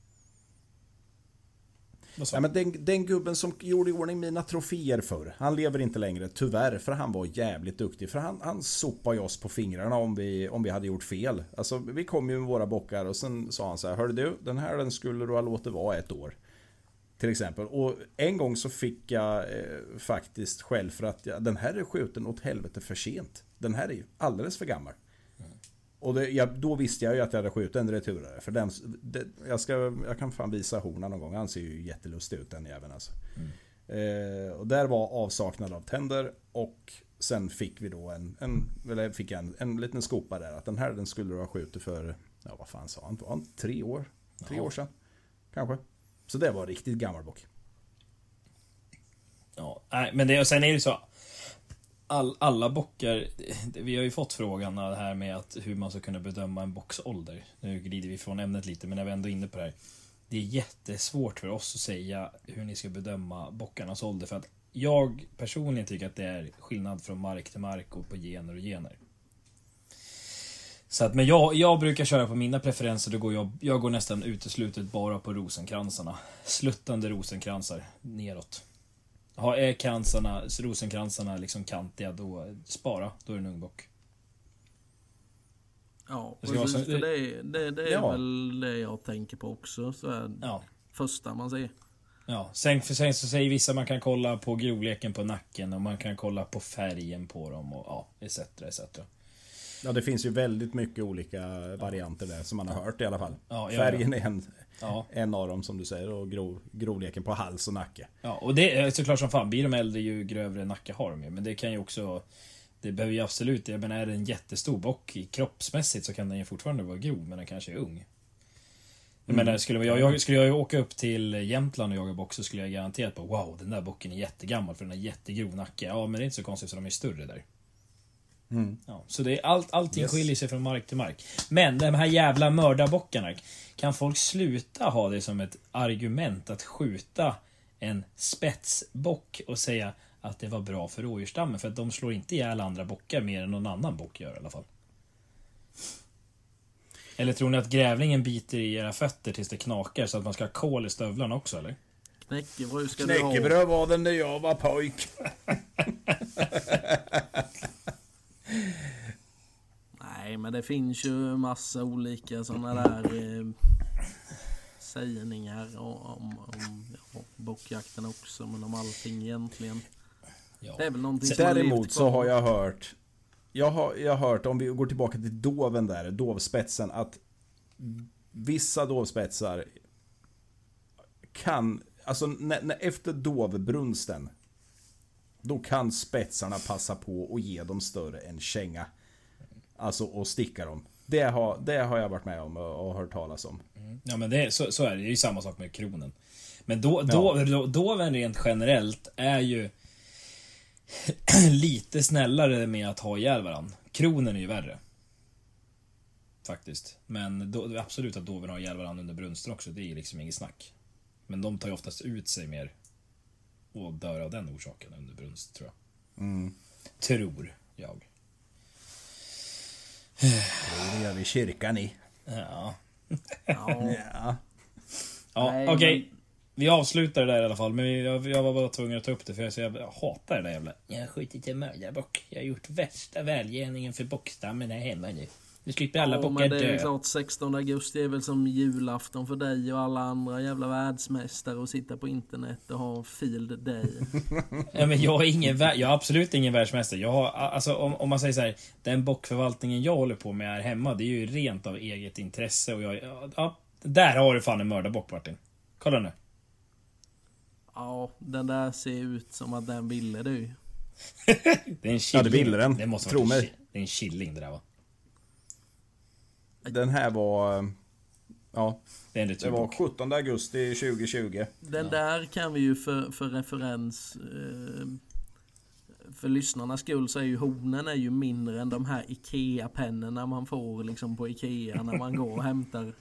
[SPEAKER 1] Ja, men den, den gubben som gjorde i ordning mina troféer för, han lever inte längre, tyvärr, för han var jävligt duktig. För han, han sopade oss på fingrarna om vi, om vi hade gjort fel. Alltså, vi kom ju med våra bockar och sen sa han så här: hörde du, den här den skulle du ha låtit vara ett år. Till exempel. Och en gång så fick jag eh, faktiskt själv för att jag, den här är skjuten åt helvete för sent. Den här är ju alldeles för gammal. Mm. Och det, jag, då visste jag ju att jag hade skjutit en returare. För den, det, jag, ska, jag kan fan visa horna någon gång. Han ser ju jättelustig ut, den jäveln alltså. Mm. Eh, och där var avsaknad av tänder. Och sen fick vi då en, en, eller fick en, en liten skopa där. Att den här den skulle du ha skjutit för, ja vad fan sa han? Var han tre år? Tre ja. år sedan? Kanske. Så det var riktigt gammal bock.
[SPEAKER 3] Ja, nej, men det, och sen är det så. all, alla bockar, vi har ju fått frågan det här med att hur man ska kunna bedöma en bocksålder. Nu glider vi från ämnet lite, men när vi ändå är inne på det här. Det är jättesvårt för oss att säga hur ni ska bedöma bockarnas ålder, för att jag personligen tycker att det är skillnad från mark till mark och på gener och gener. Så att, men jag, jag brukar köra på mina preferenser, då går jag, jag går nästan uteslutet bara på rosenkransarna. Sluttande rosenkransar neråt. Ha, är kransarna, rosenkransarna liksom kantiga, då spara, då är det en ung bock.
[SPEAKER 2] Ja,
[SPEAKER 3] Det ska vara
[SPEAKER 2] precis,
[SPEAKER 3] så-
[SPEAKER 2] för det, det, det är
[SPEAKER 1] Ja.
[SPEAKER 2] väl det jag tänker på också. Så här,
[SPEAKER 3] Ja.
[SPEAKER 2] första man ser.
[SPEAKER 3] Ja, sen, för sen så säger vissa man kan kolla på grovleken på nacken och man kan kolla på färgen på dem och ja, et cetera et cetera.
[SPEAKER 1] Ja, det finns ju väldigt mycket olika varianter där som man har hört i alla fall.
[SPEAKER 3] Ja, ja,
[SPEAKER 1] Färgen är en,
[SPEAKER 3] Ja.
[SPEAKER 1] en av dem som du säger och grov, grovleken på hals och nacke.
[SPEAKER 3] Ja, och det är såklart som fan, blir de äldre ju grövre nacke har de ju, men det kan ju också, det behöver ju absolut, jag menar är det en jättestor bock i kroppsmässigt så kan den ju fortfarande vara grov, men den kanske är ung. Jag menar, skulle jag, jag, skulle jag åka upp till Jämtland och jaga bock så skulle jag garanterat på wow, den där bocken är jättegammal för den har jättegrov nacke. Ja, men det är inte så konstigt så de är större där.
[SPEAKER 1] Mm.
[SPEAKER 3] Ja, så det är allt, allting
[SPEAKER 1] Yes.
[SPEAKER 3] skiljer sig från mark till mark. Men de här jävla mördarbockarna, kan folk sluta ha det som ett argument att skjuta en spetsbock och säga att det var bra för rådjursstammen? För att de slår inte ihjäl andra bockar mer än någon annan bock gör i alla fall. Eller tror ni att grävlingen biter i era fötter tills det knakar så att man ska ha kol i stövlarna också, eller?
[SPEAKER 2] Knäckebröd ska du ha.
[SPEAKER 1] Knäckebröd var den när jag var pojk.
[SPEAKER 2] Nej, men det finns ju massa olika sådana där eh, sägningar om, om ja, bockjakten också, men om allting egentligen.
[SPEAKER 3] Ja.
[SPEAKER 2] Det är väl någonting som har
[SPEAKER 1] Däremot
[SPEAKER 2] levt
[SPEAKER 1] så
[SPEAKER 2] kvar.
[SPEAKER 1] har jag hört jag har, jag har hört, om vi går tillbaka till doven där, dovspetsen, att vissa dovspetsar kan, alltså när, när, efter dovbrunsten, då kan spetsarna passa på att ge dem större än känga. Alltså och sticka dem. Det har, det har jag varit med om och, och hört talas om.
[SPEAKER 3] Ja, men det, så, så är det. Det är ju samma sak med kronen. Men då, då, då, doven rent generellt är ju lite snällare med att ha ihjäl varandra. Kronen är ju värre. Faktiskt. Men då, absolut att doven har ihjäl varandra under brunsten också. Det är liksom inget snack. Men de tar ju oftast ut sig mer och dör av den orsaken under brunst, tror jag.
[SPEAKER 1] Mm.
[SPEAKER 3] Tror jag.
[SPEAKER 1] Det gör vi i kyrkan i.
[SPEAKER 3] Ja.
[SPEAKER 2] Ja,
[SPEAKER 1] Ja.
[SPEAKER 3] Ja,
[SPEAKER 2] Nej,
[SPEAKER 3] okej.
[SPEAKER 2] men-
[SPEAKER 3] Vi avslutar det där i alla fall. Men jag, jag var bara tvungen att ta upp det för jag, så jag, jag hatar det där jävla. Jag har skjutit en mördarbock. Jag har gjort värsta välgärningen för bockstammen här hemma nu. Nu slipper alla
[SPEAKER 2] ja,
[SPEAKER 3] bockar
[SPEAKER 2] men det är
[SPEAKER 3] dö.
[SPEAKER 2] klart sextonde augusti är väl som julafton för dig och alla andra jävla världsmästare och sitta på internet och ha field day.
[SPEAKER 3] Ja, men jag är ingen vär- jag är absolut ingen världsmästare. Jag har, alltså, om, om man säger så här, den bockförvaltningen jag håller på med här hemma, det är ju rent av eget intresse. Och jag, ja, ja, där har du fan en mördarbock, Martin. Kolla nu.
[SPEAKER 2] Ja, den där ser ut som att den ville du.
[SPEAKER 3] Det är en killing.
[SPEAKER 1] Ja, det ville den.
[SPEAKER 3] Det måste
[SPEAKER 1] Tro
[SPEAKER 3] vara
[SPEAKER 1] mig.
[SPEAKER 3] en, ki- det är en killing det där, va?
[SPEAKER 1] Den här var... Ja,
[SPEAKER 3] Det är en
[SPEAKER 1] det var
[SPEAKER 3] returbock.
[SPEAKER 1] sjuttonde augusti tjugohundratjugo.
[SPEAKER 2] Den där kan vi ju för, för referens eh, för lyssnarnas skull så är ju honen är ju mindre än de här Ikea-pennorna man får liksom på Ikea när man går och hämtar.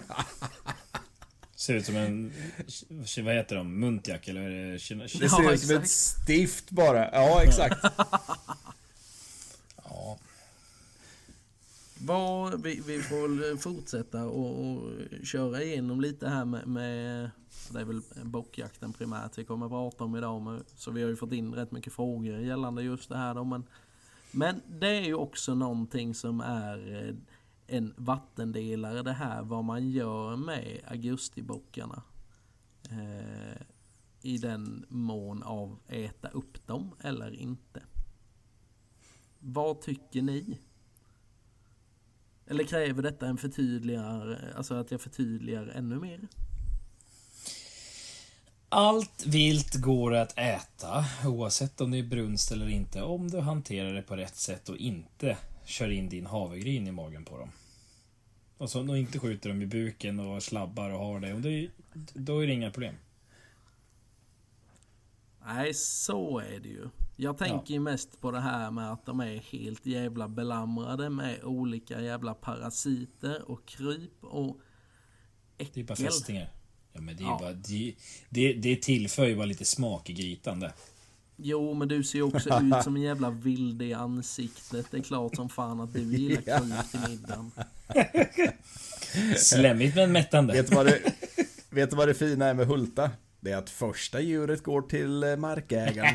[SPEAKER 3] Ser ut som en, vad heter de? Muntjack eller vad är det? Kina-
[SPEAKER 1] Det
[SPEAKER 2] Ja,
[SPEAKER 1] ser ut som
[SPEAKER 2] exakt.
[SPEAKER 1] ett stift bara. Ja, exakt.
[SPEAKER 3] Ja.
[SPEAKER 2] Vad, vi, vi får väl fortsätta och, och köra igenom lite här med, med det är väl bockjakten primärt vi kommer att prata om idag med, så vi har ju fått in rätt mycket frågor gällande just det här då, men, men det är ju också någonting som är eh, en vattendelare det här vad man gör med augustibockarna eh, i den mån av äta upp dem eller inte. Vad tycker ni? Eller kräver detta en förtydligare, alltså att jag förtydligar ännu mer?
[SPEAKER 3] Allt vilt går att äta, oavsett om det är brunst eller inte, om du hanterar det på rätt sätt och inte kör in din havregryn i magen på dem. Och så, och inte skjuter dem i buken och slabbar och har det, och det, då är det inga problem.
[SPEAKER 2] Nej, så är det ju. Jag tänker ju mest på det här med att de är helt jävla belamrade med olika jävla parasiter och kryp och äckel.
[SPEAKER 3] Det är bara fästingar. Ja, men det är
[SPEAKER 2] Ja.
[SPEAKER 3] bara... Det, det, det tillför ju bara lite smak i grytan där.
[SPEAKER 2] Jo, men du ser ju också ut som en jävla vild i ansiktet. Det är klart som fan att du gillar kryp till middagen.
[SPEAKER 3] Slemmigt men mättande.
[SPEAKER 1] Vet du vad det, vet du vad det fina är med Hulta? Det är att första djuret går till eh, markägaren.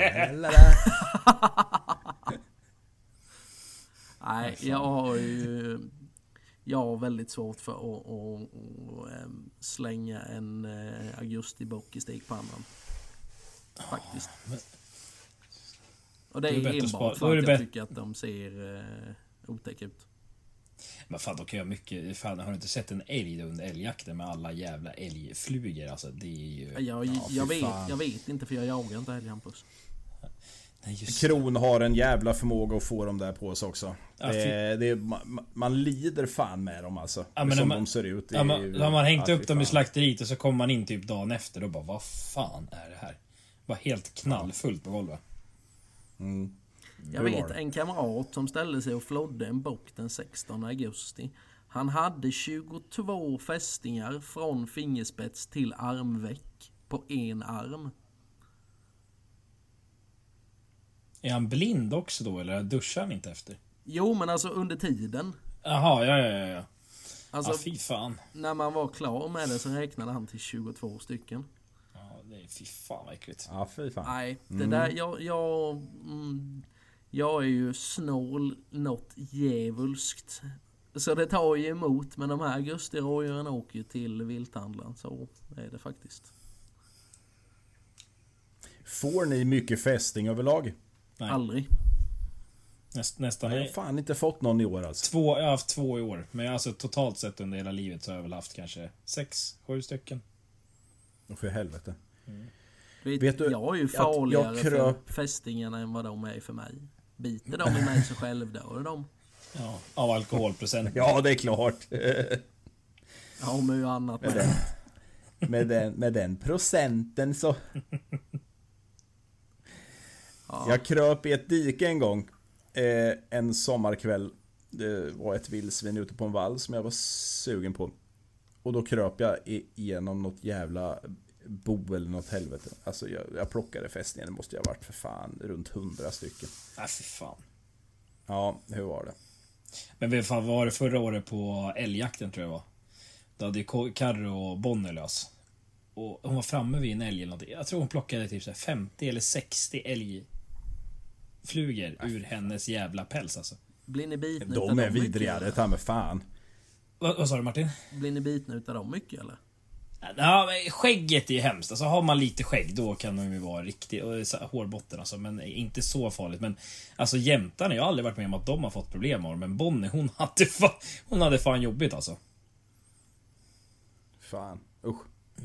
[SPEAKER 2] Nej, jag har ju... Jag har väldigt svårt för att, att, att, att slänga en eh, augustibock i stekpannan. Faktiskt. Och det
[SPEAKER 3] Då är det
[SPEAKER 2] är
[SPEAKER 3] bättre att
[SPEAKER 2] enbart
[SPEAKER 3] spara-
[SPEAKER 2] för
[SPEAKER 3] då är
[SPEAKER 2] att
[SPEAKER 3] det
[SPEAKER 2] jag
[SPEAKER 3] bättre-
[SPEAKER 2] tycker att de ser eh, otäcka ut.
[SPEAKER 3] Men fan, då kan jag mycket... Fan, har du inte sett en älg under älgjakten med alla jävla älgflugor? Alltså, det är ju...
[SPEAKER 2] Jag,
[SPEAKER 1] Ja, fy
[SPEAKER 2] jag, vet,
[SPEAKER 1] fan.
[SPEAKER 2] jag vet inte för jag jagar inte älg, Hampus.
[SPEAKER 3] Nej, just
[SPEAKER 1] Kron har en jävla förmåga att få dem där på sig också.
[SPEAKER 3] Ja,
[SPEAKER 1] det, det, man, man lider fan med dem alltså.
[SPEAKER 3] Ja, men
[SPEAKER 1] som
[SPEAKER 3] man-
[SPEAKER 1] de ser ut. Det
[SPEAKER 3] Ja,
[SPEAKER 1] är
[SPEAKER 3] man,
[SPEAKER 1] ju-
[SPEAKER 3] har man hängt
[SPEAKER 1] ja,
[SPEAKER 3] upp
[SPEAKER 1] fy
[SPEAKER 3] dem i
[SPEAKER 1] fan.
[SPEAKER 3] slakteriet och så kommer man in typ dagen efter och bara, vad fan är det här? Bara helt knallfullt på golvet.
[SPEAKER 1] Mm.
[SPEAKER 2] Jag
[SPEAKER 1] Hur
[SPEAKER 2] vet
[SPEAKER 1] var det?
[SPEAKER 2] en kamrat som ställde sig och flodde en bock den sextonde augusti. Han hade tjugotvå fästingar från fingerspets till armveck på en arm.
[SPEAKER 3] Är han blind också då, eller duschar han inte efter?
[SPEAKER 2] Jo, men alltså under tiden.
[SPEAKER 3] Jaha, ja, ja, ja, ja.
[SPEAKER 2] Alltså,
[SPEAKER 3] Ja, fy fan.
[SPEAKER 2] när man var klar med det så räknade han till tjugotvå stycken.
[SPEAKER 3] Ja, det är fy fan vad äckligt.
[SPEAKER 1] Ja, fy fan.
[SPEAKER 2] Nej, det
[SPEAKER 1] Mm.
[SPEAKER 2] där, jag, jag, mm, jag är ju snål något djävulskt. Så det tar ju emot, men de här augustirådjuren åker ju till vilthandlaren, så är det faktiskt.
[SPEAKER 1] Får ni mycket fästing överlag?
[SPEAKER 3] Nej.
[SPEAKER 2] Aldrig.
[SPEAKER 3] Näst, nästan.
[SPEAKER 1] Jag har fan inte fått någon i år alltså.
[SPEAKER 3] Två, jag har haft två i år. Men alltså totalt sett under hela livet så har jag väl haft kanske sex, sju stycken.
[SPEAKER 1] Åh, för helvete.
[SPEAKER 2] Vet,
[SPEAKER 1] Vet du,
[SPEAKER 2] jag är ju
[SPEAKER 1] jag-
[SPEAKER 2] farligare
[SPEAKER 1] jag kröp-
[SPEAKER 2] för fästingarna än vad de är för mig. Biter de i mig så självdör de.
[SPEAKER 3] Ja, av alkoholprocent.
[SPEAKER 1] Ja, det är klart.
[SPEAKER 2] Ja, men ju annat
[SPEAKER 1] med,
[SPEAKER 2] med.
[SPEAKER 1] den, med, den, med den procenten så...
[SPEAKER 2] Ja.
[SPEAKER 1] Jag kröp i ett dike en gång. Eh, en sommarkväll. Det var ett vildsvin ute på en vall som jag var sugen på. Och då kröp jag igenom något jävla bo eller något helvete. Alltså jag, jag plockade fästningen. Det måste jag ha varit för fan runt hundra stycken.
[SPEAKER 3] Nej, fy fan.
[SPEAKER 1] Ja, hur var det?
[SPEAKER 3] Men vad fan var det förra året på älgjakten tror jag var? Då hade Ko- Karro och Bonnie lös. Och hon var framme vid en älg eller någonting. Jag tror hon plockade typ så här femtio eller sextio älgflugor ur hennes jävla päls alltså.
[SPEAKER 2] Blir ni bitna
[SPEAKER 1] De
[SPEAKER 2] utav
[SPEAKER 1] är
[SPEAKER 2] dem mycket,
[SPEAKER 1] vidrigare,
[SPEAKER 2] eller?
[SPEAKER 1] ta med fan.
[SPEAKER 3] Vad, vad sa du Martin?
[SPEAKER 2] Blir ni bitna utav dem mycket eller?
[SPEAKER 3] Ja, men skägget är ju hemskt. Alltså har man lite skägg då kan de ju vara riktigt och så här, hårbotten alltså, men inte så farligt. Men alltså jämtarna, jag har aldrig varit med om att de har fått problem med dem. Men Bonnie, hon hade fan, hon hade fan jobbigt alltså.
[SPEAKER 1] Fan, usch.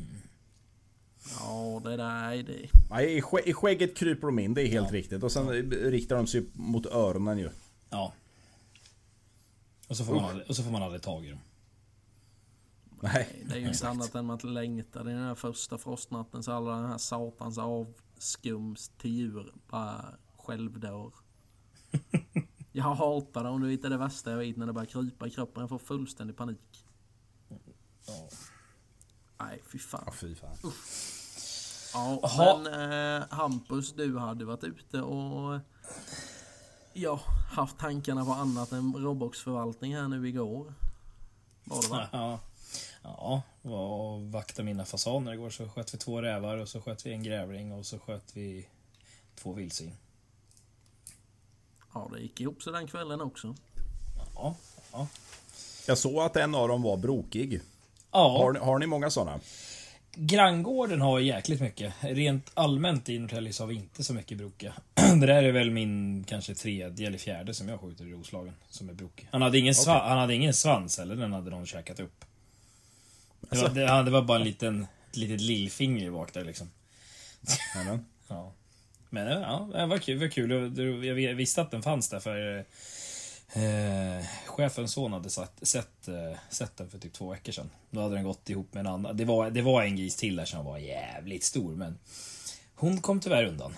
[SPEAKER 2] Ja, det där är det.
[SPEAKER 1] Nej, i, skä- I skägget kryper de in, det är helt riktigt. Och sen riktar de sig mot öronen ju.
[SPEAKER 3] Ja. Och så får man aldrig, och så får man aldrig tag i dem.
[SPEAKER 1] Nej,
[SPEAKER 2] Det är ju inte annat än att längta. Det är den här första frostnatten så alla den här satans avskums till djur bara självdör. Jag hatar det, om du vet det är det värsta jag vet, när det börjar krypa i kroppen. Jag får fullständig panik.
[SPEAKER 3] Ja.
[SPEAKER 2] Nej, fy fan.
[SPEAKER 1] ja, fy fan.
[SPEAKER 2] Ja,
[SPEAKER 3] Jaha.
[SPEAKER 2] men eh, Hampus, du hade varit ute och ja, haft tankarna på annat än Roblox-förvaltning här nu igår. Var det va?
[SPEAKER 3] Ja. Ja, och vakta mina fasaner igår så sköt vi två rävar och så sköt vi en grävling och så sköt vi två vildsvin.
[SPEAKER 2] Ja, det gick ihop så den kvällen också.
[SPEAKER 3] Ja. Ja.
[SPEAKER 1] Jag såg att en av dem var brokig.
[SPEAKER 3] Ja.
[SPEAKER 1] Har, ni- har ni många sådana?
[SPEAKER 3] Granngården har jäkligt mycket. Rent allmänt i Norrtälje så har vi inte så mycket brokiga. Det där är väl min kanske tredje eller fjärde som jag skjuter i Roslagen som är brokig. Han hade ingen, sva- han hade ingen svans eller den hade någon käkat upp. Det var,
[SPEAKER 1] Alltså.
[SPEAKER 3] det, det var bara en liten, ett litet lillfinger bak där liksom.
[SPEAKER 1] Amen.
[SPEAKER 3] Ja. Men ja, det var kul. Det var kul. Jag visste att den fanns där för eh, chefens son hade sett, sett, eh, sett den för typ två veckor sedan. Då hade den gått ihop med en annan. Det var, det var en gris till där som var jävligt stor, men Hon kom tyvärr undan.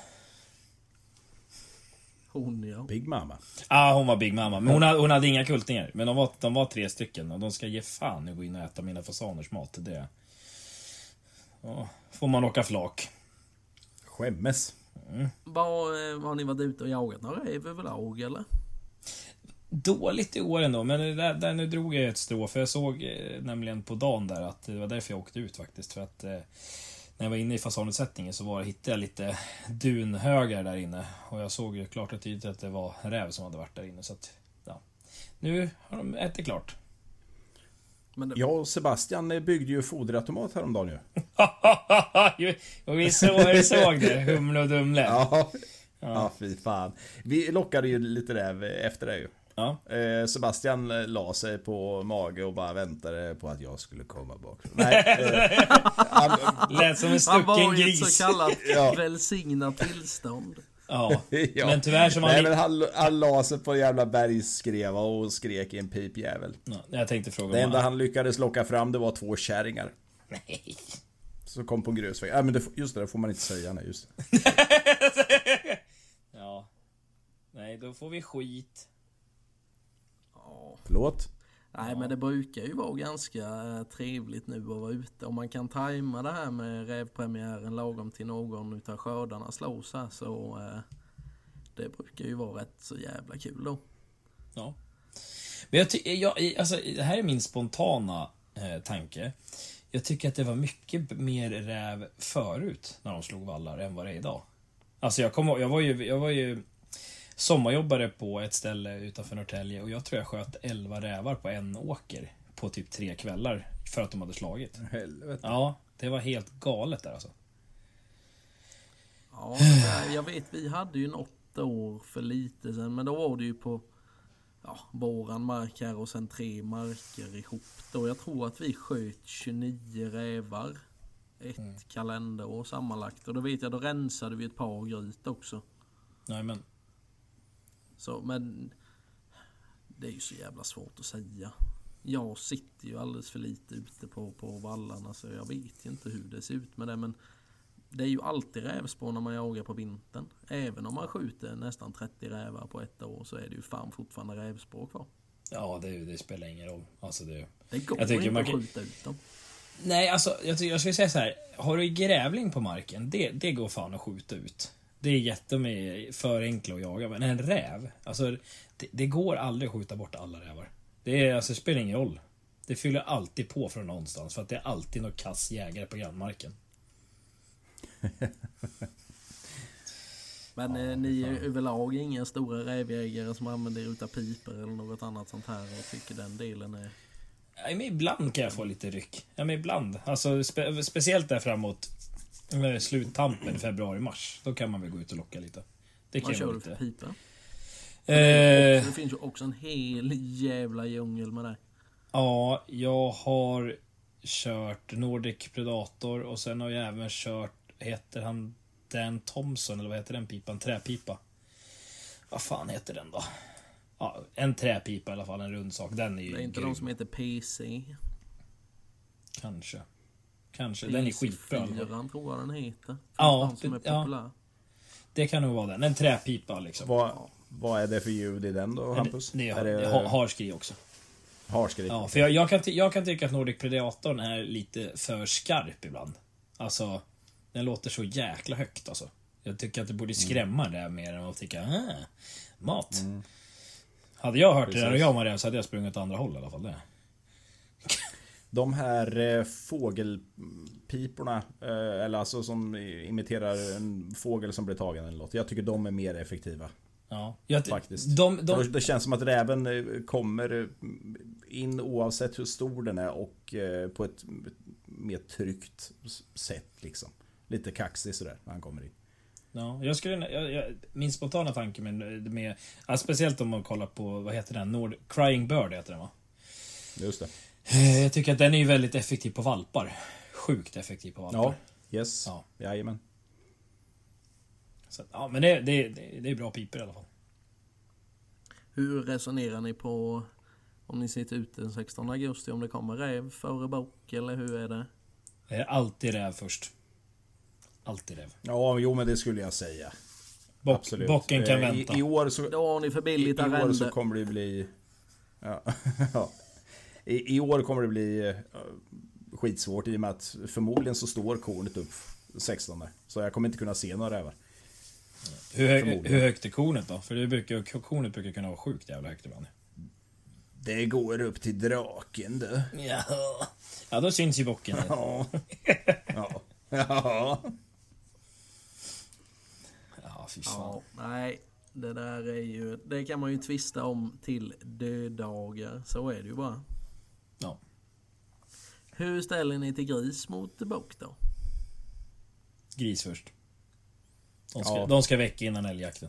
[SPEAKER 2] Hon, ja.
[SPEAKER 1] Big Mama.
[SPEAKER 3] Ja, ah, hon var Big Mama. Men hon hade, hon hade inga kultingar. Men de var, de var tre stycken. Och de ska ge fan att gå in och äta mina fasaners mat. Det ja, får man åka flak.
[SPEAKER 1] Skämmes.
[SPEAKER 3] Mm.
[SPEAKER 2] Var, har ni varit ute och jagat några räv överlag, eller?
[SPEAKER 3] Dåligt i år ändå, men där, där nu drog jag ett strå. För jag såg eh, nämligen på dagen där att det var därför jag åkte ut faktiskt. För att eh, när jag var inne i fasanutsättningen så var, hittade jag lite dunhögar där inne. Och jag såg ju klart och tydligt att det var räv som hade varit där inne. Så att, ja. Nu har de ätit klart.
[SPEAKER 2] Men det...
[SPEAKER 1] Jag och Sebastian byggde ju foderautomat häromdagen ju.
[SPEAKER 3] Och vi såg, vi såg det, Humle och Dumle.
[SPEAKER 1] Ja.
[SPEAKER 3] Ja.
[SPEAKER 1] Ja, fy fan. Vi lockade ju lite räv efter det ju.
[SPEAKER 3] Ja.
[SPEAKER 1] Eh, Sebastian la sig på mage och bara väntade på att jag skulle komma bak. Nej, eh, han,
[SPEAKER 3] Lät som en
[SPEAKER 2] Han var
[SPEAKER 3] stucken
[SPEAKER 2] i ett
[SPEAKER 3] gris.
[SPEAKER 2] så kallat
[SPEAKER 1] Ja.
[SPEAKER 2] välsignat tillstånd.
[SPEAKER 3] Ja.
[SPEAKER 1] ja.
[SPEAKER 3] Men tyvärr som han...
[SPEAKER 1] Nej, men han, han la sig på en jävla bergsskreva och skrek i en pipjävel.
[SPEAKER 3] Ja, jag tänkte fråga
[SPEAKER 1] Det
[SPEAKER 3] om
[SPEAKER 1] enda han lyckades locka fram det var två kärringar.
[SPEAKER 3] Nej.
[SPEAKER 1] Så kom på grusväg. Ja, men det, just det, det får man inte säga. Nej, just det.
[SPEAKER 3] Ja. Nej, då får vi skit.
[SPEAKER 2] Ja.
[SPEAKER 1] Förlåt.
[SPEAKER 2] Nej, men det brukar ju vara ganska trevligt nu att vara ute. Om man kan tajma det här med rävpremiären lagom till någon utav skördarna slås här, så eh, det brukar ju vara rätt så jävla kul då.
[SPEAKER 3] Ja. Men jag tycker, jag, alltså, det här är min spontana eh, tanke. Jag tycker att det var mycket mer räv förut när de slog vallar än vad det är idag. Alltså jag kom, jag var ju, jag var ju sommarjobbare på ett ställe utanför Norrtälje och jag tror jag sköt elva rävar på en åker på typ tre kvällar för att de hade slagit.
[SPEAKER 1] Helvete.
[SPEAKER 3] Ja, det var helt galet där alltså.
[SPEAKER 2] Ja, jag vet, vi hade ju något år för lite sen, men då var det ju på ja, våran mark här och sen tre marker ihop då. Jag tror att vi sköt tjugonio rävar ett mm. kalenderår sammanlagt. Och då vet jag, då rensade vi ett par gryt också.
[SPEAKER 3] Nej men.
[SPEAKER 2] Så, men det är ju så jävla svårt att säga. Jag sitter ju alldeles för lite ute på, på vallarna, så jag vet ju inte hur det ser ut med det, men det är ju alltid rävspår när man jagar på vintern. Även om man skjuter nästan trettio rävar på ett år, så är det ju fan fortfarande rävspår kvar.
[SPEAKER 3] Ja, det, det spelar ingen roll. Alltså det,
[SPEAKER 2] det går
[SPEAKER 3] jag
[SPEAKER 2] inte
[SPEAKER 3] man
[SPEAKER 2] att
[SPEAKER 3] kan...
[SPEAKER 2] skjuta ut dem.
[SPEAKER 3] Nej, alltså jag, tycker, jag skulle säga så här. Har du grävling på marken, det, det går fan att skjuta ut. Det är jätte för enkla att jaga. Men en räv, alltså det, det går aldrig att skjuta bort alla rävar. Det, är, alltså, det spelar ingen roll. Det fyller alltid på från någonstans, för att det är alltid någon kass jägare på grannmarken. Men
[SPEAKER 2] ja, eh, ni är överlag inga stora rävjägare som använder utav piper eller något annat sånt här och tycker den delen är...
[SPEAKER 3] Ja, men ibland kan jag få lite ryck. Ja, men ibland. Alltså spe, speciellt där framåt sluttampen februari-mars. Då kan man väl gå ut och locka lite. Det kan
[SPEAKER 2] man kör
[SPEAKER 3] lite...
[SPEAKER 2] för piper.
[SPEAKER 3] Eh...
[SPEAKER 2] Det finns ju också en hel jävla djungel med det.
[SPEAKER 3] Ja, jag har kört Nordic Predator och sen har jag även kört, heter han Dan Thompson, eller vad heter den pipan? Träpipa. Vad fan heter den då? Ja, en träpipa i alla fall, en rund sak. Den är ju
[SPEAKER 2] det är inte
[SPEAKER 3] grym.
[SPEAKER 2] de som heter P C.
[SPEAKER 3] Kanske. Kanske, den är skitbra.
[SPEAKER 2] fyra tror jag den heter.
[SPEAKER 3] Ja,
[SPEAKER 2] som är
[SPEAKER 3] ja,
[SPEAKER 2] populär.
[SPEAKER 3] det kan nog vara den. En träpipa liksom.
[SPEAKER 1] Vad, vad är det för ljud i den då, Hampus?
[SPEAKER 3] Det, det är,
[SPEAKER 1] är det,
[SPEAKER 3] det har, harskri också.
[SPEAKER 1] Harskri?
[SPEAKER 3] Ja, för jag, jag, kan, jag kan tycka att Nordic Predatorn är lite för skarp ibland. Alltså, den låter så jäkla högt alltså. Jag tycker att det borde skrämma mm. det mer än att tycka, ah, mat. Mm. Hade jag hört Precis. det där och jag var rädd så hade jag sprungit åt andra håll i alla fall. Det.
[SPEAKER 1] De här eh, fågelpiporna, eh, eller alltså som imiterar en fågel som blir tagen eller något. Jag tycker de är mer effektiva.
[SPEAKER 3] Ja, jag,
[SPEAKER 1] faktiskt.
[SPEAKER 3] De, de...
[SPEAKER 1] Det känns som att räven kommer in oavsett hur stor den är och eh, på ett mer tryggt sätt liksom. Lite kaxig sådär när han kommer in.
[SPEAKER 3] Ja, jag skulle, jag, jag, min spontana tanke med, med ja, speciellt om man kollar på, vad heter den? Nord, Crying Bird heter den, va?
[SPEAKER 1] Just det.
[SPEAKER 3] Jag tycker att den är ju väldigt effektiv på valpar. Sjukt effektiv på valpar.
[SPEAKER 1] Ja, yes.
[SPEAKER 3] Ja.
[SPEAKER 1] Jajamän.
[SPEAKER 3] Så, ja, men det, det, det, det är bra piper i alla fall.
[SPEAKER 2] Hur resonerar ni på om ni sitter ute den sextonde augusti, om det kommer räv före bock, eller hur är det?
[SPEAKER 3] Det är alltid räv först. Alltid räv.
[SPEAKER 1] Ja, jo men det skulle jag säga.
[SPEAKER 3] Bock,
[SPEAKER 1] Absolut.
[SPEAKER 3] Bocken kan
[SPEAKER 1] Eh,
[SPEAKER 3] vänta.
[SPEAKER 1] I, i år så...
[SPEAKER 2] Då har ni för billigt
[SPEAKER 1] I, i år
[SPEAKER 2] arrende.
[SPEAKER 1] så kommer det bli... Ja. ja. I, I år kommer det bli uh, skitsvårt i och med att förmodligen så står kornet upp sexton. Så jag kommer inte kunna se några rävar.
[SPEAKER 3] Hur, hö- hur högt är kornet då? För det brukar, kornet brukar kunna vara sjukt jävla högt ibland.
[SPEAKER 1] Det går upp till draken du.
[SPEAKER 3] Ja, ja då syns ju bocken.
[SPEAKER 1] Ja. ja. Ja.
[SPEAKER 3] Ja, fy fan.
[SPEAKER 2] Ja, nej, det där är ju... Det kan man ju tvista om till döddagar. Så är det ju bara.
[SPEAKER 3] Ja.
[SPEAKER 2] Hur ställer ni till gris mot bock då?
[SPEAKER 3] Gris först. De ska,
[SPEAKER 1] Ja.
[SPEAKER 3] de ska väcka innan älgjakten.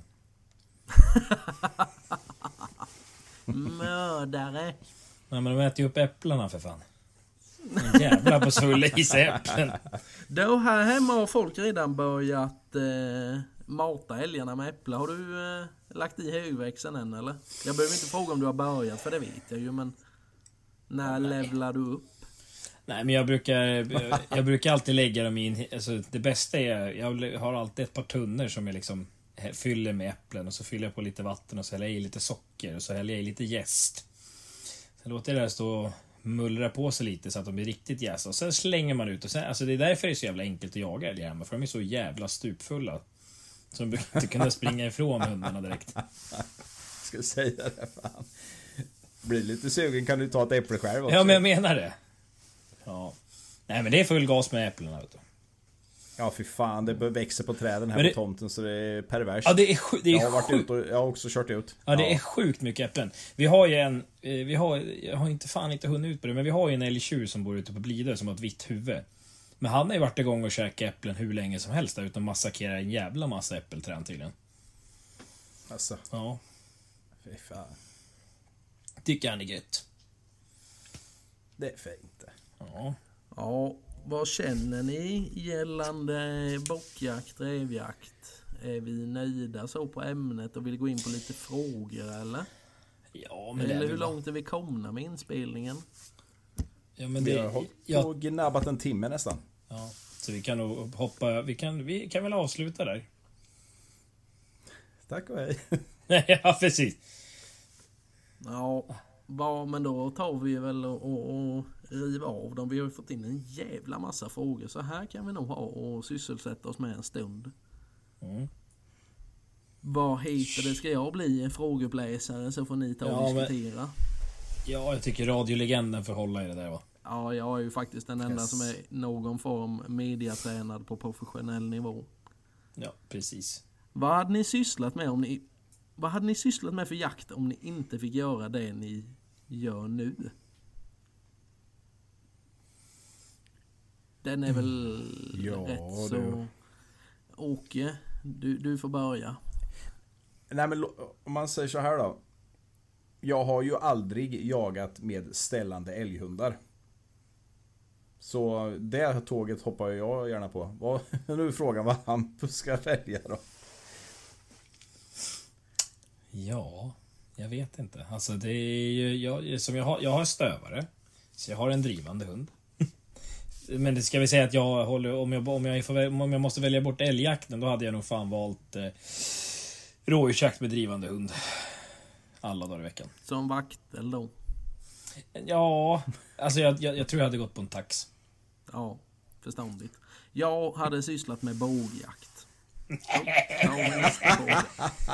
[SPEAKER 2] Mördare.
[SPEAKER 3] Nej, men de äter ju upp äpplena för fan. En jävla på sulle i sig äpplen.
[SPEAKER 2] Då här hemma har folk redan börjat eh, mata älgarna med äpplen. Har du eh, lagt i högväxeln än eller? Jag behöver inte fråga om du har börjat för det vet jag ju, men när levlar du upp?
[SPEAKER 3] Nej, men jag brukar jag brukar alltid lägga dem in. Alltså, det bästa är, jag har alltid ett par tunnor som jag liksom fyller med äpplen och så fyller jag på lite vatten och så häller jag i lite socker och så häller jag i lite jäst. Sen låter jag det där stå och mullra på sig lite så att de blir riktigt jästa och sen slänger man ut och sen, alltså det är därför det är så jävla enkelt att jaga älgar hemma, för de är så jävla stupfulla. Så de brukar inte kunna springa ifrån hundarna direkt.
[SPEAKER 1] Ska jag säga det fan. Blir lite sugen kan du ta ett äpple själv också.
[SPEAKER 3] Ja, men jag menar det. Ja. Nej, men det är full gas med äpplena, vet du.
[SPEAKER 1] Ja, för fan, det växer på träden här
[SPEAKER 3] Men det-
[SPEAKER 1] på tomten så det är perverst.
[SPEAKER 3] Ja, det är, sju, det är
[SPEAKER 1] jag har varit
[SPEAKER 3] sjukt.
[SPEAKER 1] ut och jag har också kört ut.
[SPEAKER 3] Ja, det är sjukt mycket äpplen. Vi har ju en, eh, vi har, jag har inte fan inte hunnit ut på det, men vi har ju en älgtjur som bor ute på Blidö som har ett vitt huvud. Men han har ju varit igång och käkat äpplen hur länge som helst där utan massakrera en jävla massa äppelträd tydligen.
[SPEAKER 1] Alltså,
[SPEAKER 3] Ja,
[SPEAKER 1] fy fan.
[SPEAKER 3] tycker han är gött.
[SPEAKER 1] Det är fint.
[SPEAKER 3] Ja.
[SPEAKER 2] Ja, vad känner ni gällande bockjakt, rävjakt? Är vi nöjda så på ämnet och vill gå in på lite frågor eller?
[SPEAKER 3] Ja, men det
[SPEAKER 2] Eller
[SPEAKER 3] är
[SPEAKER 2] hur
[SPEAKER 3] väl-
[SPEAKER 2] långt är vi komna med inspelningen?
[SPEAKER 3] Ja, men
[SPEAKER 1] Vi
[SPEAKER 3] det,
[SPEAKER 1] har hållit på
[SPEAKER 3] ja,
[SPEAKER 1] och gnabbat en timme nästan.
[SPEAKER 3] ja, så vi kan nog hoppa, vi kan, vi kan väl avsluta där.
[SPEAKER 1] Tack och hej.
[SPEAKER 3] Ja, precis.
[SPEAKER 2] Ja, vad, men då tar vi väl och, och, och riva av dem. Vi har ju fått in en jävla massa frågor. Så här kan vi nog ha och sysselsätta oss med en stund.
[SPEAKER 3] Mm.
[SPEAKER 2] Vad heter det? Ska jag bli en frågeuppläsare så får ni ta och
[SPEAKER 3] Ja, men-
[SPEAKER 2] diskutera.
[SPEAKER 3] Ja, jag tycker radiolegenden får hålla i det där, va.
[SPEAKER 2] Ja, jag är ju faktiskt den enda
[SPEAKER 1] Yes.
[SPEAKER 2] som är någon form mediatränad på professionell nivå.
[SPEAKER 3] Ja, precis.
[SPEAKER 2] Vad hade ni sysslat med om ni... Vad hade ni sysslat med för jakt om ni inte fick göra det ni gör nu? Den är väl
[SPEAKER 1] Ja,
[SPEAKER 2] rätt så...
[SPEAKER 1] du.
[SPEAKER 2] Åke, du, du får börja.
[SPEAKER 1] Nej men lo- om man säger så här då. Jag har ju aldrig jagat med ställande älghundar. Så det tåget hoppar jag gärna på. Vad, nu är frågan vad Hampus ska välja då.
[SPEAKER 3] Ja, jag vet inte. Alltså det är ju, jag, som jag har, jag har stövare. Så jag har en drivande hund. Men det ska vi säga att jag håller, om jag, om jag, får, väl- om jag måste välja bort älgjakten, då hade jag nog fan valt eh, rådjursjakt med drivande hund. Alla dagar i veckan.
[SPEAKER 2] Som vaktel då.
[SPEAKER 3] Ja, alltså jag, jag, jag tror jag hade gått på en tax.
[SPEAKER 2] Ja, förståndigt. Jag hade sysslat med bågjakt. Ja, nästa fråga.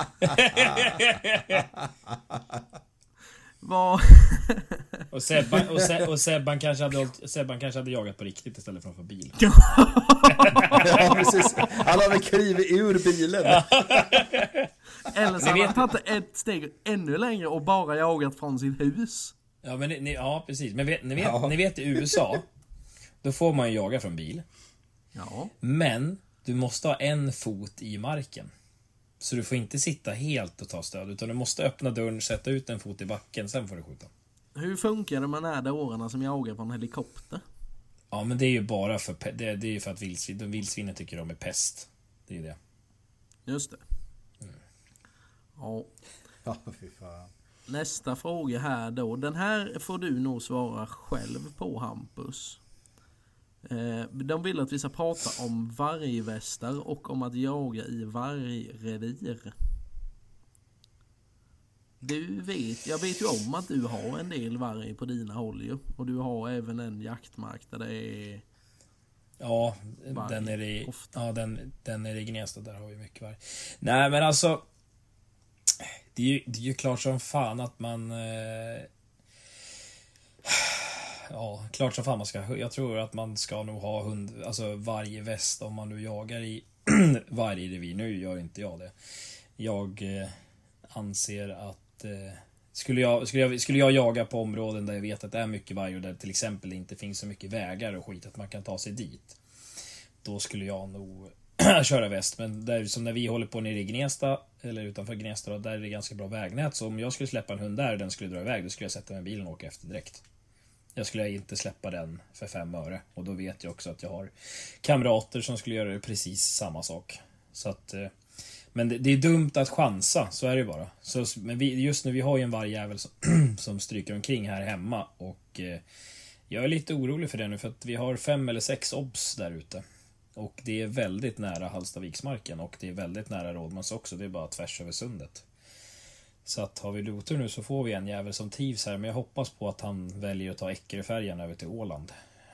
[SPEAKER 2] Vad...
[SPEAKER 3] Och Sebban, och Se, och Sebban, kanske hade, hållit- Sebban kanske hade jagat på riktigt istället för att få bil.
[SPEAKER 1] Ja, precis. Han hade klivit ur bilen.
[SPEAKER 2] Eller så
[SPEAKER 3] Ni
[SPEAKER 2] hade
[SPEAKER 3] vet-
[SPEAKER 2] han tagit ett steg ännu längre och bara jagat från sitt hus.
[SPEAKER 3] Ja, men ni, ni- ja precis. Men vet, ni, vet,
[SPEAKER 1] Ja.
[SPEAKER 3] ni vet i U S A, då får man ju jaga från bil.
[SPEAKER 2] Ja,
[SPEAKER 3] Men du måste ha en fot i marken. Så du får inte sitta helt och ta stöd, utan du måste öppna dörren, sätta ut en fot i backen, sen får du skjuta.
[SPEAKER 2] hur funkar det med de här dårarna som jagar från helikopter?
[SPEAKER 3] Ja, men det är ju bara för, pe- det, det är ju för att vildsvin, de vildsvinen tycker de är pest. Det är ju det.
[SPEAKER 2] Just det. Ja,
[SPEAKER 1] Ja, fy fan.
[SPEAKER 2] nästa fråga här då. Den här får du nog svara själv på, Hampus. De vill att vi ska prata om vargvästar och om att jaga i vargrevir. Du vet, jag vet ju om att du har en del varg på dina håll ju. Och du har även en jaktmark där det är...
[SPEAKER 3] Ja,
[SPEAKER 2] varg,
[SPEAKER 3] den är i,
[SPEAKER 2] ofta.
[SPEAKER 3] ja, den, den är i Gnesta, där har vi mycket varg. Nej, men alltså... Det är ju, det är ju klart som fan att man... Eh, ja, klart som fan man ska... Jag tror att man ska nog ha hund, alltså varje väst om man nu jagar i varje revir. Nu gör inte jag det. Jag eh, anser att... Eh, skulle, jag, skulle, jag, skulle jag jaga på områden där jag vet att det är mycket varg och där till exempel inte finns så mycket vägar och skit att man kan ta sig dit, då skulle jag nog köra väst. Men där, som när vi håller på nere i Gnesta eller utanför Gnesta då, där är det ganska bra vägnät, så om jag skulle släppa en hund där och den skulle dra iväg, då skulle jag sätta mig i bilen och åka efter direkt. Jag skulle inte släppa den för fem öre, och då vet jag också att jag har kamrater som skulle göra det precis samma sak. Så att, men det, det är dumt att chansa, så är det bara. Så, men vi, just nu vi har ju en vargjävel som, som stryker omkring här hemma, och eh, jag är lite orolig för det nu, för att vi har fem eller sex obs där ute. Och det är väldigt nära Hallstaviksmarken, och det är väldigt nära Rådmans också. Det är bara tvärs över sundet. Så att har vi otur nu så får vi en jävel som trivs här. Men jag hoppas på att han väljer att ta Eckeröfärjan över till Åland.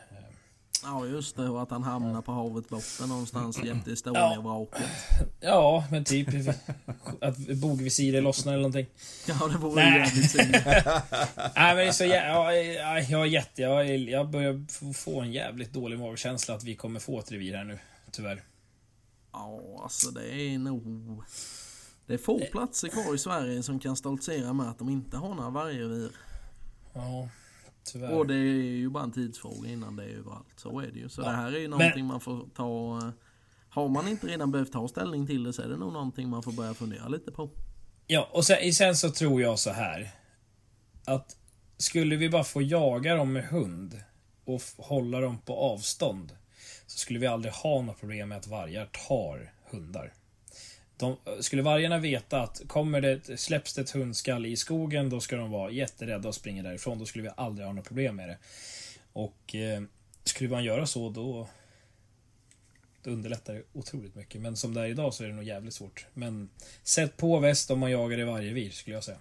[SPEAKER 2] Ja just det, och att han hamnar på havet botten någonstans jämte Estonia-vraket.
[SPEAKER 3] Ja, men typ att bogvisiret lossnar eller någonting.
[SPEAKER 2] Ja, det vore jävligt synd.
[SPEAKER 3] Nej, men det är så jä- ja, jag har jätte jag, jag börjar få en jävligt dålig magkänsla att vi kommer få ett revir här nu, tyvärr.
[SPEAKER 2] Ja, alltså det är nog... Det är få platser kvar i Sverige som kan stoltsera med att de inte har några vargrevir.
[SPEAKER 3] Ja, tyvärr.
[SPEAKER 2] Och det är ju bara en tidsfråga innan det är överallt. Så är det ju. Så ja. Det här är ju någonting men... man får ta... Har man inte redan behövt ta ställning till det, så är det nog någonting man får börja fundera lite på.
[SPEAKER 3] Ja, och sen, sen så tror jag så här. Att skulle vi bara få jaga dem med hund och f- hålla dem på avstånd, så skulle vi aldrig ha något problem med att vargar tar hundar. De, skulle vargarna veta att kommer det, släpps det ett hundskall i skogen, då ska de vara jätterädda och springa därifrån. Då skulle vi aldrig ha något problem med det. Och eh, skulle man göra så, då, då underlättar det otroligt mycket. Men som det är idag så är det nog jävligt svårt. Men sätt på väst om man jagar i varje vir, skulle jag säga.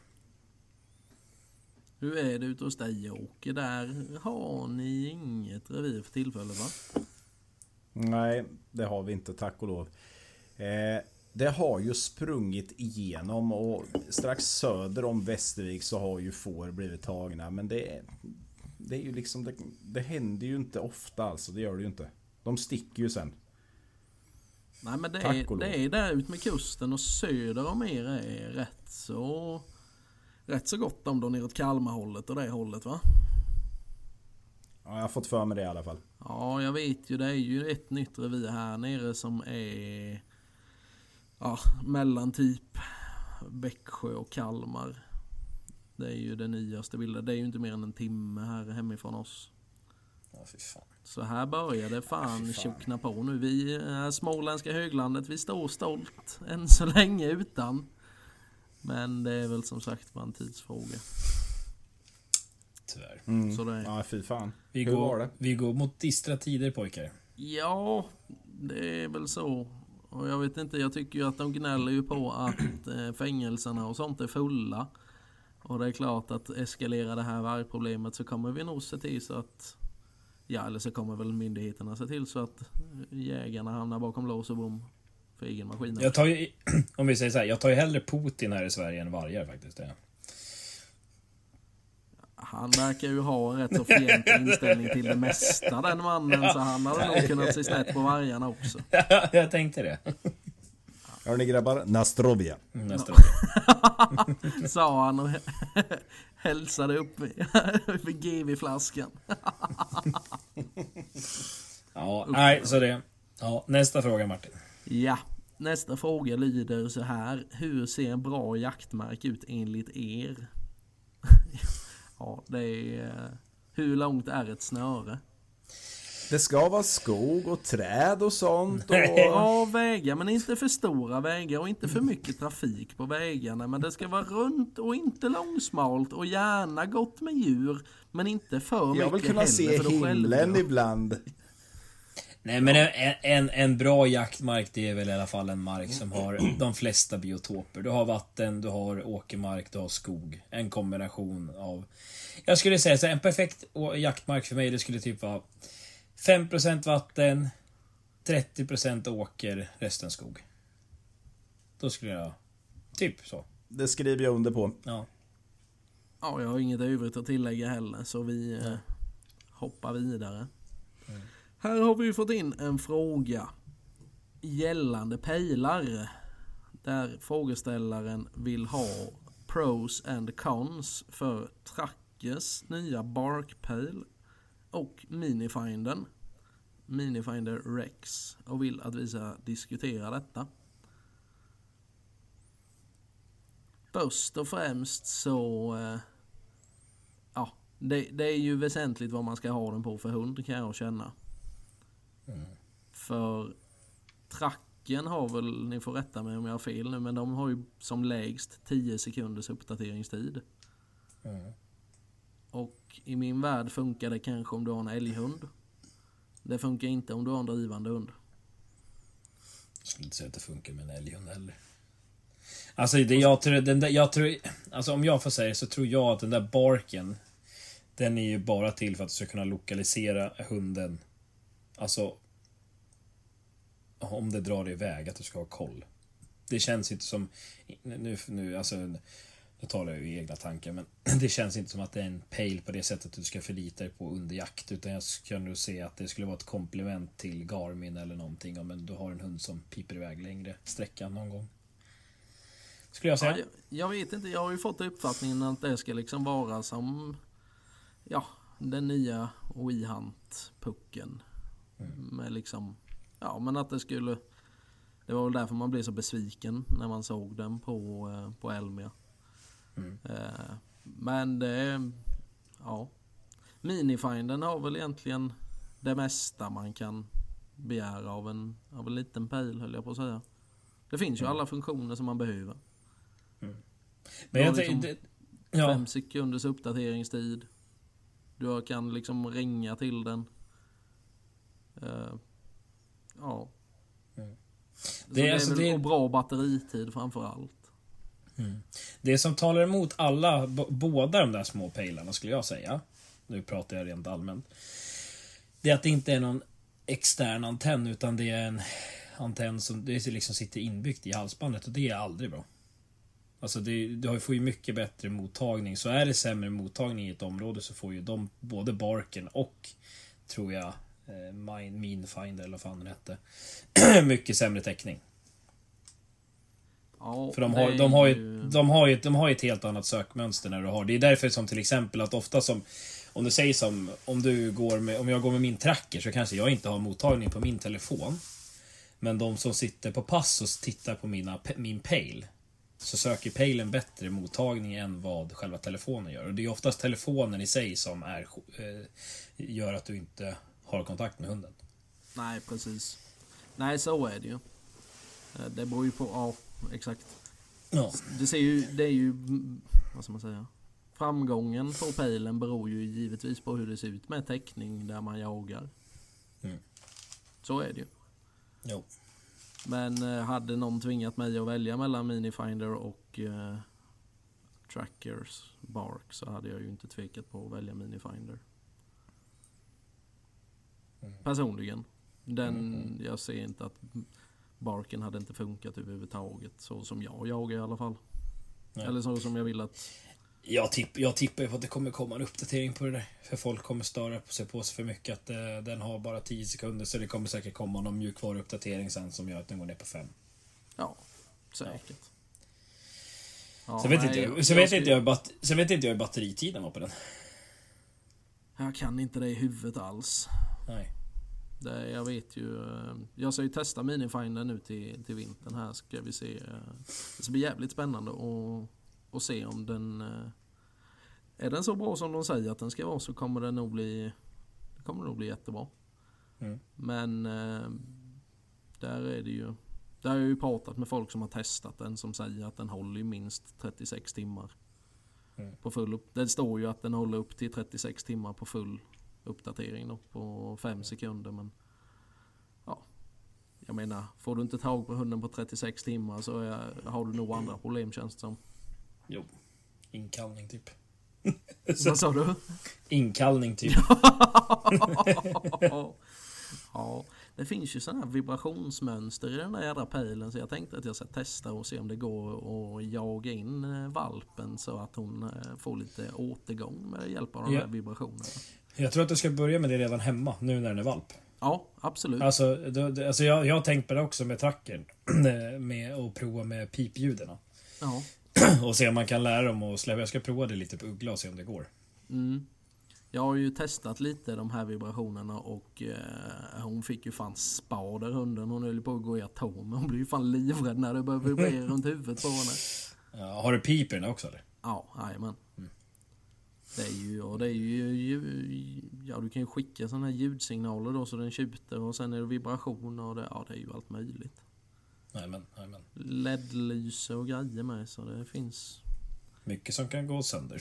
[SPEAKER 2] Hur är det ute hos dig, Åke? Där har ni inget revir för tillfället, va?
[SPEAKER 1] Nej, det har vi inte, tack och lov. Eh, det har ju sprungit igenom, och strax söder om Västervik så har ju får blivit tagna. Men det, det är ju liksom, det, det händer ju inte ofta, alltså, det gör det ju inte. De sticker ju sen.
[SPEAKER 2] Nej, men det är, det är där ut med kusten och söder om er är rätt så rätt så gott om då neråt Kalmarhållet och det hållet, va?
[SPEAKER 1] Ja, jag har fått för mig det i alla fall.
[SPEAKER 2] Ja, jag vet ju, det är ju ett nytt revir här nere som är ja, mellan typ Bäcksjö och Kalmar. Det är ju den nyaste bilden. Det är ju inte mer än en timme här hemifrån oss.
[SPEAKER 3] Ja, fy fan.
[SPEAKER 2] Så här börjar det fan, ja, tjockna på nu. Vi är småländska höglandet, vi står stolt än så länge utan. Men det är väl som sagt bara en tidsfråga.
[SPEAKER 3] Tyvärr.
[SPEAKER 1] Mm.
[SPEAKER 2] Så det är...
[SPEAKER 1] Ja, fy fan.
[SPEAKER 3] Vi
[SPEAKER 1] Hur
[SPEAKER 3] går,
[SPEAKER 1] var det?
[SPEAKER 3] Vi går mot distra tider, pojkar.
[SPEAKER 2] Ja, det är väl så. Och jag vet inte, jag tycker ju att de gnäller ju på att eh, fängelserna och sånt är fulla. Och det är klart att eskalera det här vargproblemet så kommer vi nog se till så att, ja, eller så kommer väl myndigheterna se till så att jägarna hamnar bakom lås och bom för egen maskin.
[SPEAKER 3] Jag tar ju, om vi säger så här, jag tar ju hellre Putin här i Sverige än vargar faktiskt. Det.
[SPEAKER 2] Han verkar ju ha en rätt så fientlig inställning till det mesta, den mannen, så han hade nog kunnat se snett på vargarna också.
[SPEAKER 3] Jag tänkte det.
[SPEAKER 1] Hörni grabbar, Nastrovia.
[SPEAKER 3] Mm, Nastrovia.
[SPEAKER 2] Sa han och hälsade upp vid G V-flaskan.
[SPEAKER 3] Ja, nej, så det. Ja, nästa fråga, Martin.
[SPEAKER 2] Ja, nästa fråga lyder så här. Hur ser en bra jaktmark ut enligt er? Ja, det är... Hur långt är ett snöre?
[SPEAKER 1] Det ska vara skog och träd och sånt. Och...
[SPEAKER 2] Ja, vägar, men inte för stora vägar och inte för mycket trafik på vägarna. Men det ska vara runt och inte långsmalt och gärna gott med djur. Men inte för mycket.
[SPEAKER 1] Jag vill kunna se himlen ibland.
[SPEAKER 3] Nej, men en, en, en bra jaktmark, det är väl i alla fall en mark som har de flesta biotoper. Du har vatten, du har åkermark, du har skog. En kombination av... Jag skulle säga så en perfekt jaktmark för mig, det skulle typ vara fem procent vatten, trettio procent åker, resten skog. Då skulle jag... Typ så.
[SPEAKER 1] Det skriver jag under på.
[SPEAKER 3] Ja.
[SPEAKER 2] Ja, jag har inget övrigt att tillägga heller, så vi eh, hoppar vidare. Mm. Här har vi fått in en fråga gällande pejlar. Där frågeställaren vill ha pros and cons för Trackers nya Bark Pale och Minifindern. Minifinder Rex. Och vill att vi ska diskutera detta. Först och främst så... Eh, ja, det, det är ju väsentligt vad man ska ha den på för hund, kan jag känna. Mm. För tracken har väl, ni får rätta mig om jag har fel nu, men de har ju som lägst tio sekunders uppdateringstid. Mm. Och i min värld funkar det kanske om du har en älghund. Det funkar inte om du har en drivande hund.
[SPEAKER 3] Jag skulle inte säga att det funkar med en älghund heller. Alltså det jag tror, den där, jag tror, alltså om jag får säga så tror jag att den där barken, den är ju bara till för att du ska kunna lokalisera hunden. Alltså om det drar iväg, att du ska ha koll. Det känns inte som nu, nu alltså nu talar jag ju i egna tankar, men det känns inte som att det är en pejl på det sättet att du ska förlita dig på under jakt, utan jag skulle nog se att det skulle vara ett komplement till Garmin eller någonting, om du har en hund som piper iväg längre sträckan någon gång. Skulle jag säga.
[SPEAKER 2] Ja, jag, jag vet inte, jag har ju fått uppfattningen att det ska liksom vara som ja, den nya WeHunt-pucken. Mm. Med liksom, ja, men att det skulle, det var väl därför man blev så besviken när man såg den på, på Elmia. Mm. Eh, men det, ja. Minifindern har väl egentligen det mesta man kan begära av en, av en liten pejl, höll jag på att säga. Det finns ju mm. alla funktioner som man behöver. Mm. Men jag liksom det, ja. Fem sekunders uppdateringstid. Du kan liksom ringa till den. Uh, ja. Mm. Det, det är alltså väl det... bra batteritid framför allt.
[SPEAKER 3] Mm. Det som talar emot alla, b- båda de där små pejlarna skulle jag säga. Nu pratar jag rent allmänt. Det är att det inte är någon extern antenn, utan det är en antenn som det liksom sitter inbyggt i halsbandet, och det är aldrig bra. Alltså det, du får ju mycket bättre mottagning. Så är det sämre mottagning i ett område, så får ju de, både Barken och tror jag eh, Minfinder eller vad fan den hette, mycket sämre täckning.
[SPEAKER 2] Ja,
[SPEAKER 3] för de har, de, har ju, de, har ju, de har ju ett helt annat sökmönster när du har. Det är därför som till exempel att ofta som om du säger som om du går med, om jag går med min tracker, så kanske jag inte har mottagning på min telefon. Men de som sitter på pass och tittar på mina, min pejl, så söker pejlen bättre mottagning än vad själva telefonen gör. Och det är oftast telefonen i sig som är, eh, gör att du inte har kontakt med hunden.
[SPEAKER 2] Nej, precis. Nej, så är det ju. Det beror ju på, ja, exakt. Ja. Det, ser ju, det är ju, vad ska man säga? Framgången på pejlen beror ju givetvis på hur det ser ut med täckning där man jagar. Mm. Så är det ju.
[SPEAKER 3] Jo.
[SPEAKER 2] Men eh, hade någon tvingat mig att välja mellan Minifinder och eh, Trackers Bark, så hade jag ju inte tvekat på att välja Minifinder. Mm. Personligen. Den, mm. Jag ser inte att Barken hade inte funkat överhuvudtaget, så som jag jagar i alla fall. Nej. Eller så som jag vill att...
[SPEAKER 3] Jag, tipp, jag tippar på att det kommer komma en uppdatering på det där. För folk kommer störa sig på sig för mycket att eh, den har bara tio sekunder. Så det kommer säkert komma någon mjukvaruuppdatering sen som gör att den går ner på fem.
[SPEAKER 2] Ja, säkert. Ja,
[SPEAKER 3] så, vet nej, inte jag, jag, så, vet jag inte jag, batt, så vet inte jag hur batteritiden var på den.
[SPEAKER 2] Jag kan inte det i huvudet alls.
[SPEAKER 3] Nej.
[SPEAKER 2] Det, jag vet ju... Jag ska ju testa Minifinder nu till, till vintern här. Ska vi se. Det ska bli jävligt spännande att... och se om den är den så bra som de säger att den ska vara, så kommer den nog bli det kommer nog bli jättebra. Mm. Men där är det ju där har jag ju pratat med folk som har testat den, som säger att den håller i minst trettiosex timmar mm. på full upp. Det står ju att den håller upp till trettiosex timmar på full uppdatering då, på fem sekunder, men jag menar, får du inte tag på hunden på trettiosex timmar så är, har du nog andra problem, känns det som.
[SPEAKER 3] Jo, inkallning typ.
[SPEAKER 2] Vad sa du?
[SPEAKER 3] Inkallning typ.
[SPEAKER 2] Ja, det finns ju sådana här vibrationsmönster i den där jädra pejlen, så jag tänkte att jag ska testa och se om det går att jaga in valpen så att hon får lite återgång med hjälp av de
[SPEAKER 3] Ja.
[SPEAKER 2] här vibrationerna.
[SPEAKER 3] Jag tror att du ska börja med det redan hemma, nu när den är valp.
[SPEAKER 2] Ja, absolut.
[SPEAKER 3] Alltså, då, då- alltså jag, jag har tänkt på det också med trackern. Med att prova med pipljuden.
[SPEAKER 2] Ja.
[SPEAKER 3] Och se om man kan lära dem att släppa. Jag ska prova det lite på Uggla och se om det går.
[SPEAKER 2] Mm. Jag har ju testat lite de här vibrationerna och eh, hon fick ju fan spader, hunden. Hon höll på att gå i atom. Hon blev ju fan livrädd när det började vibrera runt huvudet på henne.
[SPEAKER 3] Ja, har du piperna också eller?
[SPEAKER 2] Ja, jajamän. Det är ju, och det är ju, ju, ja du kan ju skicka sådana här ljudsignaler då så den tjuter och sen är det vibrationer och det, ja det är ju allt möjligt.
[SPEAKER 3] Nej men, nej men.
[SPEAKER 2] L E D-lyse och grejer med så det finns.
[SPEAKER 3] Mycket som kan gå sönder.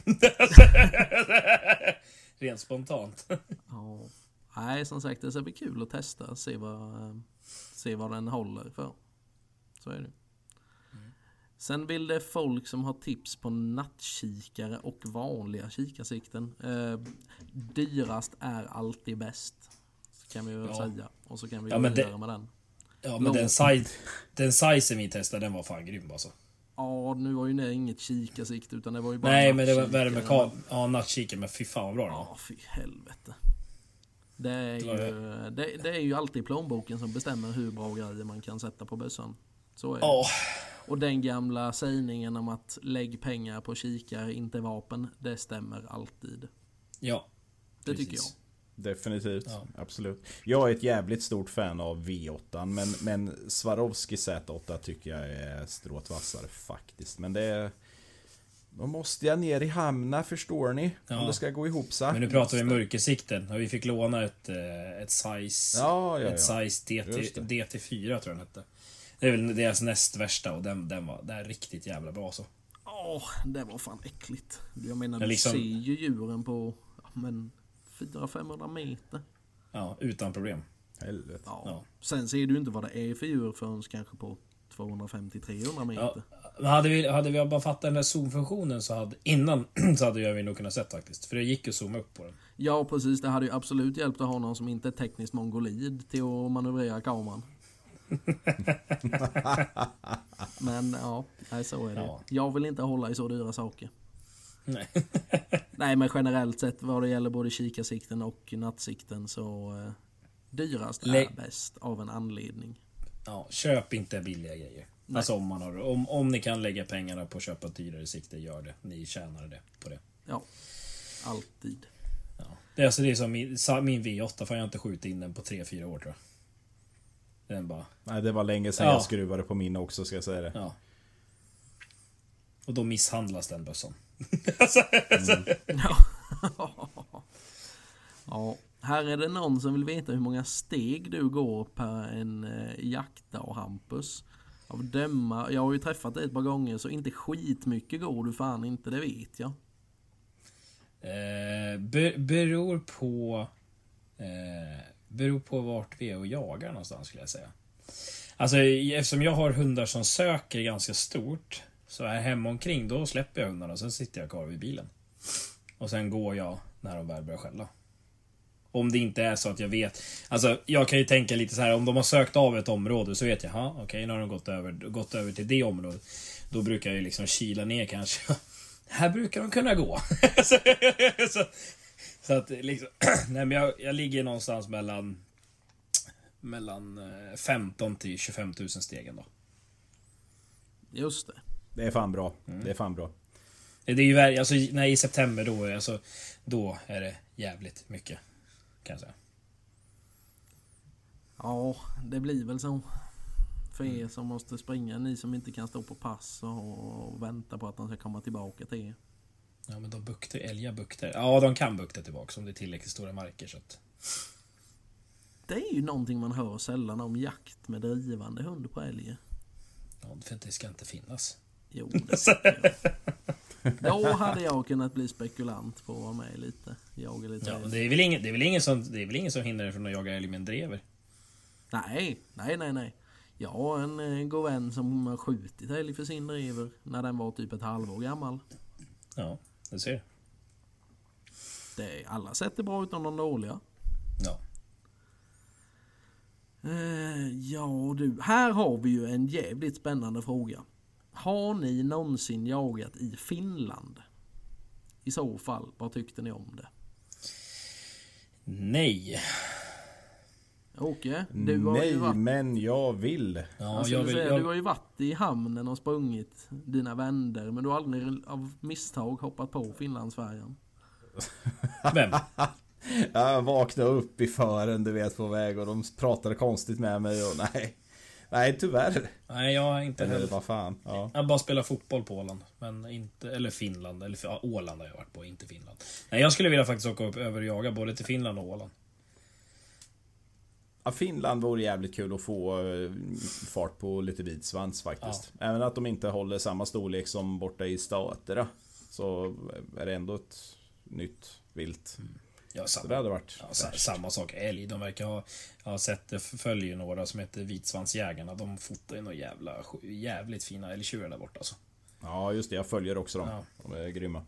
[SPEAKER 3] Rent spontant.
[SPEAKER 2] Ja. Nej, som sagt det ska bli kul att testa, se vad, se vad den håller för. Så är det. Sen vill det folk som har tips på nattkikare och vanliga kikarsikten. Eh, dyrast är alltid bäst. Så kan vi väl
[SPEAKER 3] Ja.
[SPEAKER 2] säga. Och så kan vi
[SPEAKER 3] Ja,
[SPEAKER 2] gå
[SPEAKER 3] men
[SPEAKER 2] vidare
[SPEAKER 3] det-
[SPEAKER 2] med den.
[SPEAKER 3] Ja men den, size, den sizen vi testade, den var fan grym alltså.
[SPEAKER 2] Ja, nu var ju det inget kikarsikte utan det var ju bara
[SPEAKER 3] Nej men det var
[SPEAKER 2] nattkikare.
[SPEAKER 3] värmekabel. Ja, nattkikare, men fy fan vad bra den var.
[SPEAKER 2] Ja, fy helvete. Det är,
[SPEAKER 3] Det var
[SPEAKER 2] ju, det, det är ju alltid plånboken som bestämmer hur bra grejer man kan sätta på bössan. Så är det.
[SPEAKER 3] Ja,
[SPEAKER 2] Och den gamla sägningen om att lägg pengar på kikare, inte vapen, det stämmer alltid.
[SPEAKER 3] ja.
[SPEAKER 2] Det tycker jag.
[SPEAKER 3] Precis.
[SPEAKER 1] Definitivt,
[SPEAKER 3] Ja.
[SPEAKER 1] absolut. Jag är ett jävligt stort fan av V åtta, men, men Swarovski Z åtta tycker jag är strået vassare faktiskt. Men det är... Då måste jag ner i hamna, förstår ni?
[SPEAKER 3] Ja.
[SPEAKER 1] Om det ska gå ihop sig.
[SPEAKER 3] Men nu pratar vi mörkersikten och vi fick låna ett, eh, ett size,
[SPEAKER 1] Ja, ja, ja.
[SPEAKER 3] ett size D T,
[SPEAKER 1] Just det.
[SPEAKER 3] D T fyra tror jag den hette. Det är väl deras näst värsta och den, den var det är riktigt jävla bra så.
[SPEAKER 2] Åh, det var fan äckligt. Jag menar,
[SPEAKER 3] Ja,
[SPEAKER 2] du
[SPEAKER 3] liksom-
[SPEAKER 2] ser ju djuren på ja, men fyra till femhundra meter.
[SPEAKER 3] Ja, utan problem.
[SPEAKER 1] Helvete.
[SPEAKER 2] Ja.
[SPEAKER 3] Ja.
[SPEAKER 2] Sen ser du inte vad det är för djur förrän kanske på tvåhundrafemtio till trehundra meter.
[SPEAKER 3] Ja, men hade vi, hade vi bara fattat den där zoomfunktionen så hade, innan så hade jag vi nog kunnat sett faktiskt. För det gick att zooma upp på den.
[SPEAKER 2] Ja, precis. Det hade ju absolut hjälpt att ha någon som inte är tekniskt mongolid till att manövrera kameran. Men ja, nej, så är det.
[SPEAKER 3] Ja.
[SPEAKER 2] Jag vill inte hålla i så dyra saker.
[SPEAKER 3] Nej.
[SPEAKER 2] Nej, men generellt sett vad det gäller både kikarsikten och nattsikten så eh, dyrast
[SPEAKER 3] Lä-
[SPEAKER 2] är bäst av en anledning.
[SPEAKER 3] Ja, köp inte billiga grejer.
[SPEAKER 2] Nej.
[SPEAKER 3] Alltså om man har om, om ni kan lägga pengarna på att köpa dyrare sikte, gör det. Ni tjänar det på det.
[SPEAKER 2] Ja, alltid.
[SPEAKER 3] Ja. Det är alltså det är som min, sa- min V åtta får jag inte skjuta in den på tre fyra år tror jag. Den bara,
[SPEAKER 1] Nej, det var länge sedan
[SPEAKER 3] Ja.
[SPEAKER 1] jag skruvade på min också, ska jag säga det.
[SPEAKER 3] ja. Och då misshandlas den bössan.
[SPEAKER 2] Ja. Ja, här är det någon som vill veta hur många steg du går per en eh, jaktdag, Hampus. Av döma, jag har ju träffat dig ett par gånger så inte skitmycket går du fan inte, det vet jag.
[SPEAKER 3] Eh, be, beror på eh, beror på vart vi är och jagar någonstans skulle jag säga. Alltså eftersom jag har hundar som söker ganska stort så är hemma omkring då släpper jag hundarna och sen sitter jag kvar vid bilen. Och sen går jag när de väl börjar skälla. Om det inte är så att jag vet. Alltså jag kan ju tänka lite så här. Om de har sökt av ett område så vet jag. Ja okej okay, nu har de gått över, gått över till det området. Då brukar jag ju liksom kila ner kanske. Här brukar de kunna gå. så, så, så att liksom. Nej men jag, jag ligger någonstans mellan mellan femton till tjugofem tusen stegen då.
[SPEAKER 2] Just det.
[SPEAKER 1] Det är fan bra.
[SPEAKER 3] Mm.
[SPEAKER 1] Det är fan bra.
[SPEAKER 3] Det är ju vär- alltså nej, i september då är alltså, då är det jävligt mycket kan jag säga.
[SPEAKER 2] Ja, det blir väl så. För er som måste springa, ni som inte kan stå på pass och, och vänta på att de ska komma tillbaka till er.
[SPEAKER 3] Ja men de buktar, älgar buktar. Ja de kan bukta tillbaka om det är tillräckligt stora marker så att.
[SPEAKER 2] Det är ju någonting man hör sällan om jakt med drivande hund på älgar.
[SPEAKER 3] Ja, för det ska inte finnas.
[SPEAKER 2] Jo, det tycker jag. Då hade jag kunnat bli spekulant på att vara med lite. Jag är lite
[SPEAKER 3] Ja,
[SPEAKER 2] rädd.
[SPEAKER 3] men det är väl ingen, det är väl ingen som, det är väl ingen som hindrar dig från att jaga älg med en drever.
[SPEAKER 2] Nej, nej, nej, nej. Jag har en, en god vän som har skjutit älg för sin driver när den var typ ett halvår gammal.
[SPEAKER 3] Ja, det ser.
[SPEAKER 2] Det, alla sätt är bra utan de dåliga.
[SPEAKER 3] Ja.
[SPEAKER 2] Eh, ja du, här har vi ju en jävligt spännande fråga. Har ni någonsin jagat i Finland? I så fall, vad tyckte ni om det?
[SPEAKER 3] Nej.
[SPEAKER 2] Åke, du har
[SPEAKER 1] Nej,
[SPEAKER 2] ju varit,
[SPEAKER 1] men jag vill.
[SPEAKER 3] Ja,
[SPEAKER 2] alltså,
[SPEAKER 3] jag vill,
[SPEAKER 2] säga,
[SPEAKER 3] jag...
[SPEAKER 2] du har ju varit i hamnen och sprungit dina vänder, men du har aldrig av misstag hoppat på Finlandsfärjan.
[SPEAKER 3] Vem?
[SPEAKER 1] Jag vaknade upp i fören, du vet, på väg och de pratade konstigt med mig och nej. Nej, tyvärr.
[SPEAKER 3] Nej, jag har inte
[SPEAKER 1] Eller
[SPEAKER 3] heller.
[SPEAKER 1] vad fan. Ja.
[SPEAKER 3] Jag bara spelar fotboll på Åland. Men inte, eller Finland. Eller ja, Åland har jag varit på, inte Finland. Nej, jag skulle vilja faktiskt åka upp över och jaga både till Finland och Åland.
[SPEAKER 1] Ja, Finland vore jävligt kul att få eh, fart på lite vitsvans faktiskt. Ja. Även att de inte håller samma storlek som borta i staterna, så är det ändå ett nytt vilt.
[SPEAKER 3] Mm. Ja, samma,
[SPEAKER 1] så det hade varit
[SPEAKER 3] ja, samma sak, älg. De verkar ha, jag har sett det, följer några som heter Vitsvansjägarna. De fotar ju några jävla, jävligt fina älgtjurar där borta alltså.
[SPEAKER 1] Ja, just det, jag följer också dem.
[SPEAKER 3] Ja.
[SPEAKER 1] De är grymma.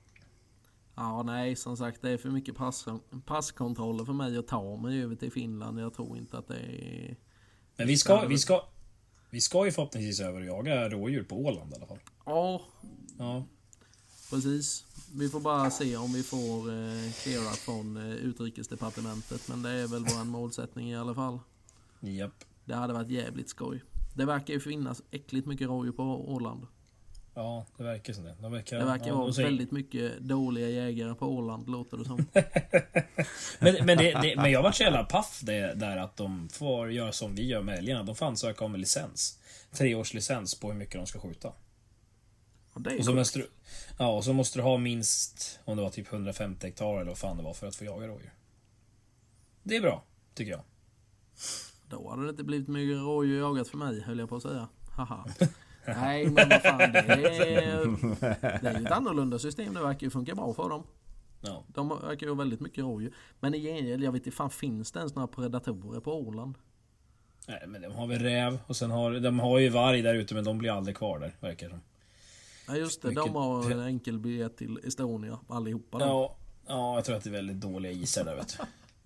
[SPEAKER 2] Ja, nej, som sagt, det är för mycket pass, passkontroller för mig att ta mig över till Finland. Jag tror inte att det är...
[SPEAKER 3] Men vi ska, vi ska, vi ska ju förhoppningsvis över och jaga rådjur på Åland i alla fall.
[SPEAKER 2] Ja,
[SPEAKER 3] Ja.
[SPEAKER 2] precis. Vi får bara se om vi får eh, clearat från eh, utrikesdepartementet. Men det är väl vår målsättning i alla fall.
[SPEAKER 3] Japp.
[SPEAKER 2] Det hade varit jävligt skoj. Det verkar ju finnas äckligt mycket rådjur på Åland.
[SPEAKER 3] Ja, det verkar som det. De verkar,
[SPEAKER 2] Det verkar
[SPEAKER 3] ja,
[SPEAKER 2] vara
[SPEAKER 3] säger...
[SPEAKER 2] väldigt mycket dåliga jägare på Åland, låter det som.
[SPEAKER 3] men, men, det, det, men jag var så jävla paff det, där att de får göra som vi gör med älgarna. De får ansöka om en licens. Tre års licens på hur mycket de ska skjuta.
[SPEAKER 2] Och, det är
[SPEAKER 3] och, så måste du, ja, och så måste du ha minst, om det var typ hundrafemtio hektar eller vad fan det var, för att få jaga rådjur. Det är bra, tycker jag.
[SPEAKER 2] Då hade det inte blivit mycket rådjur jagat för mig, höll jag på att säga. Haha. Nej, men vad fan, det är, det är ju ett annorlunda system. Det verkar ju funka bra för dem.
[SPEAKER 3] Ja.
[SPEAKER 2] De verkar ju ha väldigt mycket rådjur. Men i gengäld, jag vet inte fan, finns det ens några predatorer på Åland?
[SPEAKER 3] Nej, men de har väl räv. Och sen har de har ju varg där ute, men de blir aldrig kvar där, verkar det som.
[SPEAKER 2] Ja just det,
[SPEAKER 3] Mycket...
[SPEAKER 2] de har en enkel biljett till Estonia, allihopa där.
[SPEAKER 3] Ja, ja, jag tror att det är väldigt dåliga isar där, vet du.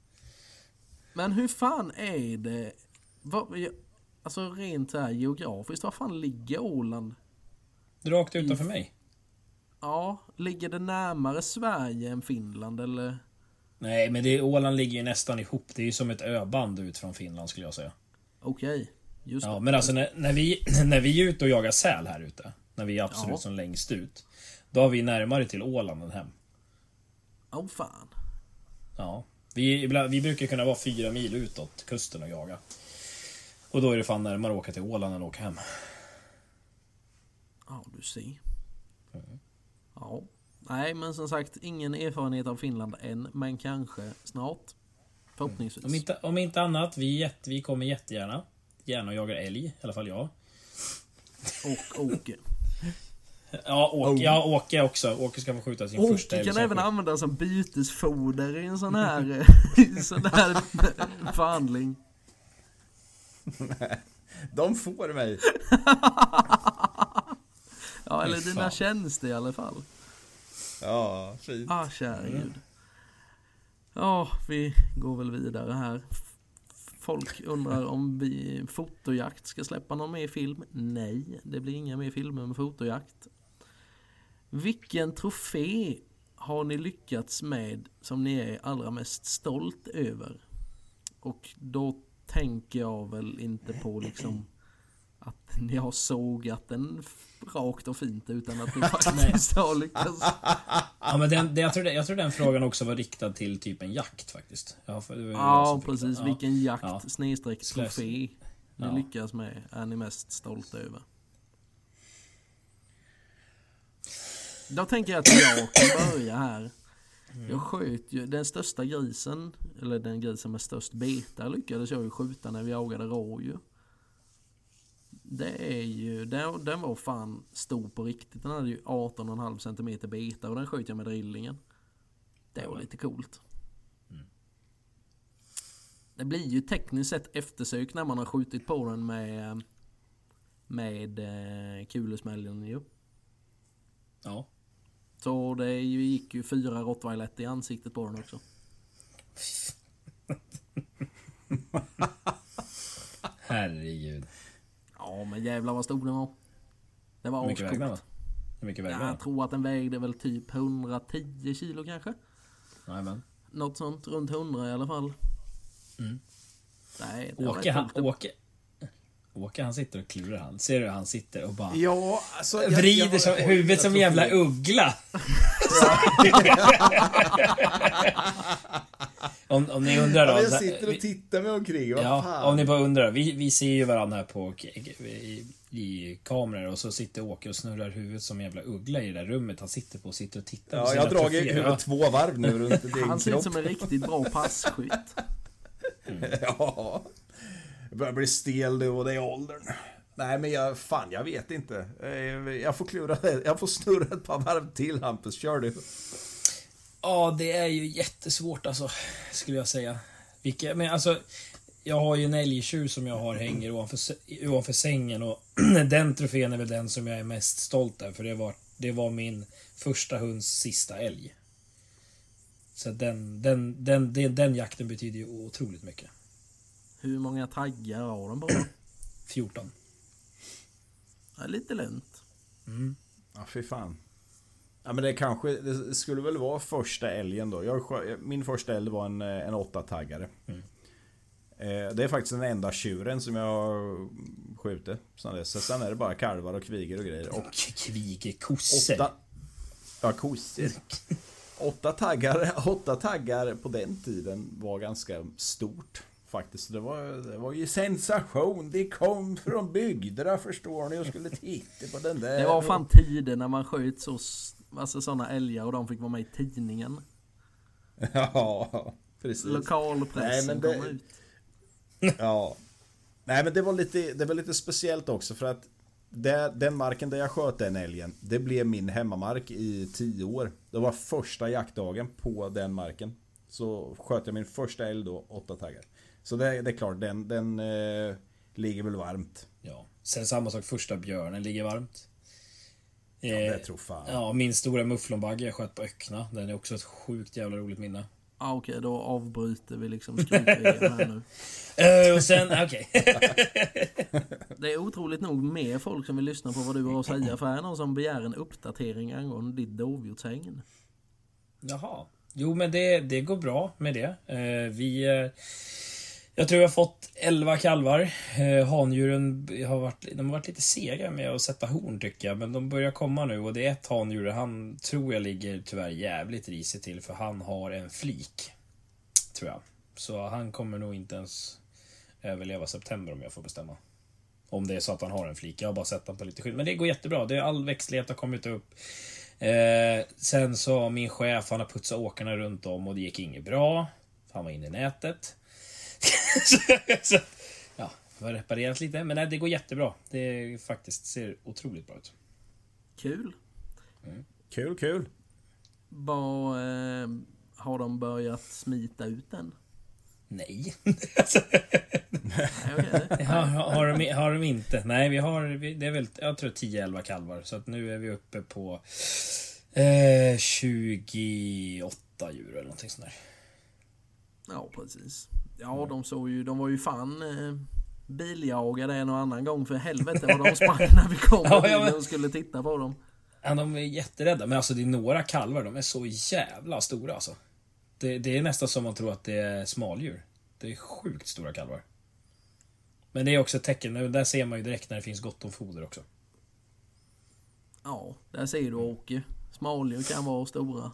[SPEAKER 2] Men hur fan är det? Vad, alltså rent så här geografiskt, var fan ligger Åland?
[SPEAKER 3] Rakt utanför mig.
[SPEAKER 2] Ja, ligger det närmare Sverige än Finland eller?
[SPEAKER 3] Nej, men det, Åland ligger ju nästan ihop. Det är ju som ett öband ut från Finland, skulle jag säga.
[SPEAKER 2] Okej, okay, just
[SPEAKER 3] ja,
[SPEAKER 2] det.
[SPEAKER 3] men alltså när, när, vi, när vi är ute och jagar säl här ute, när vi är absolut ja. som längst ut, då har vi närmare till Åland än hem.
[SPEAKER 2] Åh oh, fan.
[SPEAKER 3] Ja, vi, vi brukar kunna vara fyra mil utåt kusten och jaga. Och då är det fan närmare att åka till Åland än att åka hem.
[SPEAKER 2] Ja, du ser. Mm. Ja. Nej, men som sagt, ingen erfarenhet av Finland än, men kanske snart. Förhoppningsvis.
[SPEAKER 3] Mm. Om, inte, om inte annat, vi, jätte, vi kommer jättegärna. Gärna jagar älg, i alla fall jag.
[SPEAKER 2] Och Åke.
[SPEAKER 3] Ja, Åke, ja, Åke också. Åke ska få skjuta sin
[SPEAKER 2] Åke
[SPEAKER 3] första älg.
[SPEAKER 2] Åke kan även använda som bytesfoder i en sån här, i en sån här förhandling.
[SPEAKER 1] De får mig.
[SPEAKER 2] Ja, eller dina tjänster i alla fall.
[SPEAKER 1] Ja, fint.
[SPEAKER 2] Ah, kära gud. Ja, vi går väl vidare här. Folk undrar om vi fotojakt ska släppa någon mer film. Nej, det blir inga mer filmer med fotojakt. Vilken trofé har ni lyckats med som ni är allra mest stolt över? Och då tänker jag väl inte på liksom att ni har sågat den rakt och fint, utan att ni faktiskt har lyckats.
[SPEAKER 3] Ja, men den, jag, tror det, jag tror den frågan också var riktad till typ en jakt faktiskt. Ja, för det var
[SPEAKER 2] ja precis. Ja. Vilken jakt,
[SPEAKER 3] ja.
[SPEAKER 2] snedstreck trofé ni
[SPEAKER 3] ja.
[SPEAKER 2] lyckas med är ni mest stolta över? Då tänker jag att jag kan börja här. Mm. Jag sköt ju den största grisen, eller den grisen med störst beta lyckades jag ju skjuta när vi jagade rådjur. Det är ju, den, den var fan stor på riktigt. Den hade ju arton komma fem centimeter beta och den sköt jag med drillingen. Det var lite coolt. Mm. det blir ju tekniskt sett eftersök när man har skjutit på den med med eh, kulesmällen ju.
[SPEAKER 3] Ja.
[SPEAKER 2] Så det gick ju fyra rottweiler i ansiktet på den också.
[SPEAKER 3] Herregud.
[SPEAKER 2] Ja, men jävlar vad stor den var. Det var
[SPEAKER 3] Hur mycket vägde den då?
[SPEAKER 2] ascoolt.
[SPEAKER 3] Hur mycket vägde
[SPEAKER 2] Ja,
[SPEAKER 3] den?
[SPEAKER 2] jag tror att den vägde väl typ hundratio kilo kanske.
[SPEAKER 3] Jajamän.
[SPEAKER 2] Något sånt, runt hundra i alla fall.
[SPEAKER 3] Mm.
[SPEAKER 2] Nej, det var
[SPEAKER 3] Åke,
[SPEAKER 2] rätt
[SPEAKER 3] han,
[SPEAKER 2] coolt.
[SPEAKER 3] Åke, Åke han sitter och klurar han. Ser du han sitter och bara
[SPEAKER 1] Ja, alltså, jag,
[SPEAKER 3] vrider
[SPEAKER 1] jag,
[SPEAKER 3] som,
[SPEAKER 1] jag,
[SPEAKER 3] huvudet
[SPEAKER 1] jag
[SPEAKER 3] som en
[SPEAKER 1] tror
[SPEAKER 3] jävla
[SPEAKER 1] det.
[SPEAKER 3] uggla. om, om ni undrar då.
[SPEAKER 1] Ja, jag
[SPEAKER 3] så-
[SPEAKER 1] sitter och tittar mig omkring. Vad
[SPEAKER 3] Ja,
[SPEAKER 1] fan?
[SPEAKER 3] om ni bara undrar. Vi, vi ser ju varandra här på i, i kameror och så sitter Åke och snurrar huvudet som en jävla uggla i det där rummet han sitter på och sitter och tittar på
[SPEAKER 1] Ja,
[SPEAKER 3] sina
[SPEAKER 1] jag har dragit
[SPEAKER 3] troféer.
[SPEAKER 1] huvudet två varv nu runt din
[SPEAKER 2] Han ser ut
[SPEAKER 1] kropp.
[SPEAKER 2] som en riktigt bra passskytt.
[SPEAKER 1] Ja. Jag börjar bli stel nu och det är åldern. Nej, men jag, fan, jag vet inte. Eh, Jag får klura, jag får snurra ett par varv till, Hampus. Kör du.
[SPEAKER 3] Ja, det är ju jättesvårt alltså, skulle jag säga. Vilka, men alltså, jag har ju en älgtjur som jag har hänger ovanför, ovanför sängen och den trofén är väl den som jag är mest stolt över, för det var, det var min första hunds sista älg. Så den, den, den, den, den jakten betyder ju otroligt mycket.
[SPEAKER 2] Hur många taggar har den på?
[SPEAKER 3] fjorton.
[SPEAKER 2] Det är lite lönt.
[SPEAKER 3] Mm.
[SPEAKER 1] Ja, fy fan. Ja, men det kanske, det skulle väl vara första älgen då. Jag, skö- min första älg var en, en åtta-taggare.
[SPEAKER 3] Mm.
[SPEAKER 1] Eh, Det är faktiskt den enda tjuren som jag skjuter. Så sen är det bara kalvar och kviger och grejer. Och
[SPEAKER 3] Kvigekossor.
[SPEAKER 1] åtta... Ja, kossor. Åtta taggar, åtta taggar på den tiden var ganska stort. Faktiskt, det var, det var ju sensation. Det kom från bygderna, förstår ni, och skulle titta på den där.
[SPEAKER 2] Det var fan tider när man sköt så, alltså sådana älgar och de fick vara med i tidningen.
[SPEAKER 1] Ja, precis.
[SPEAKER 2] Lokalpressen
[SPEAKER 1] Nej, men det-
[SPEAKER 2] kom ut.
[SPEAKER 1] Ja. Nej, men det var lite, det var lite speciellt också för att där, den marken där jag sköt den älgen, det blev min hemmamark i tio år. Det var första jaktdagen på den marken. Så sköt jag min första älg då, åtta taggar. Så det, det är klart, den, den eh, ligger väl varmt.
[SPEAKER 3] Ja. Sen samma sak, första björnen ligger varmt.
[SPEAKER 1] Ja,
[SPEAKER 3] Eh,
[SPEAKER 1] det tror fan.
[SPEAKER 3] Ja, min stora mufflonbagge jag sköt på Öckna. Den är också ett sjukt jävla roligt minne.
[SPEAKER 2] Ja, okej, då avbryter vi liksom skrytregeln här nu.
[SPEAKER 3] Uh, och sen, okej.
[SPEAKER 2] Det är otroligt nog mer folk som vill lyssna på vad du har att säga, för här är någon som begär en uppdatering angående ditt dovhjortshägn.
[SPEAKER 3] Jaha. Jo, men det, det går bra med det. Eh, vi... Eh, jag tror jag har fått elva kalvar. Eh, handjuren har varit, de har varit lite sega med att sätta horn tycker jag. Men de börjar komma nu och det är ett handjur. Han tror jag ligger tyvärr jävligt risigt till. För han har en flik. Tror jag. Så han kommer nog inte ens överleva september om jag får bestämma. Om det är så att han har en flik. Jag har bara sett han på lite skydd. Men det går jättebra. Det är all växtlighet har kommit upp. Eh, sen så min chef, han har putsat åkarna runt om och det gick inget bra. Han var inne i nätet. så, så, ja, det har reparerat lite. Men nej, det går jättebra. Det faktiskt ser otroligt bra ut.
[SPEAKER 2] Kul.
[SPEAKER 1] Kul, kul.
[SPEAKER 2] Vad eh, har de börjat smita ut än?
[SPEAKER 3] Nej.
[SPEAKER 2] Nej, okej.
[SPEAKER 3] har, har, de, har de inte? Nej, vi har, vi, det är väl, jag tror tio elva kalvar. Så att nu är vi uppe på eh, tjugoåtta djur eller någonting sånt där.
[SPEAKER 2] Ja, precis. Ja, de såg ju, de var ju fan eh, biljagade en och annan gång, för helvete vad de sprang när vi kom
[SPEAKER 3] Ja, ja,
[SPEAKER 2] in
[SPEAKER 3] men-
[SPEAKER 2] och skulle titta på dem.
[SPEAKER 3] Ja, de är jätterädda. Men alltså det är några kalvar, de är så jävla stora alltså. Det, det är nästan som man tror att det är smaldjur. Det är sjukt stora kalvar. Men det är också ett tecken, där ser man ju direkt när det finns gott om foder också.
[SPEAKER 2] Ja, där ser du Åke. Smaldjur kan vara stora.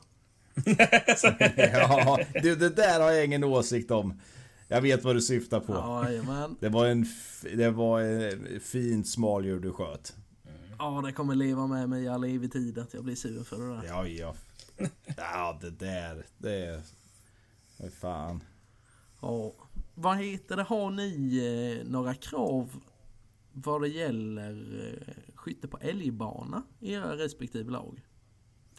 [SPEAKER 1] Ja, du, det där har jag ingen åsikt om. Jag vet vad du syftar på.
[SPEAKER 2] Ja, men
[SPEAKER 1] Det var en f- det var en fint smaldjur du sköt.
[SPEAKER 2] ja, det kommer leva med mig i all evig tid att jag blir sur för det där.
[SPEAKER 1] Ja, ja. Ja, det där, det är... Vad fan.
[SPEAKER 2] Ja. Vad heter det? Har ni eh, några krav vad det gäller eh, skytte på älgbana i era respektive lag?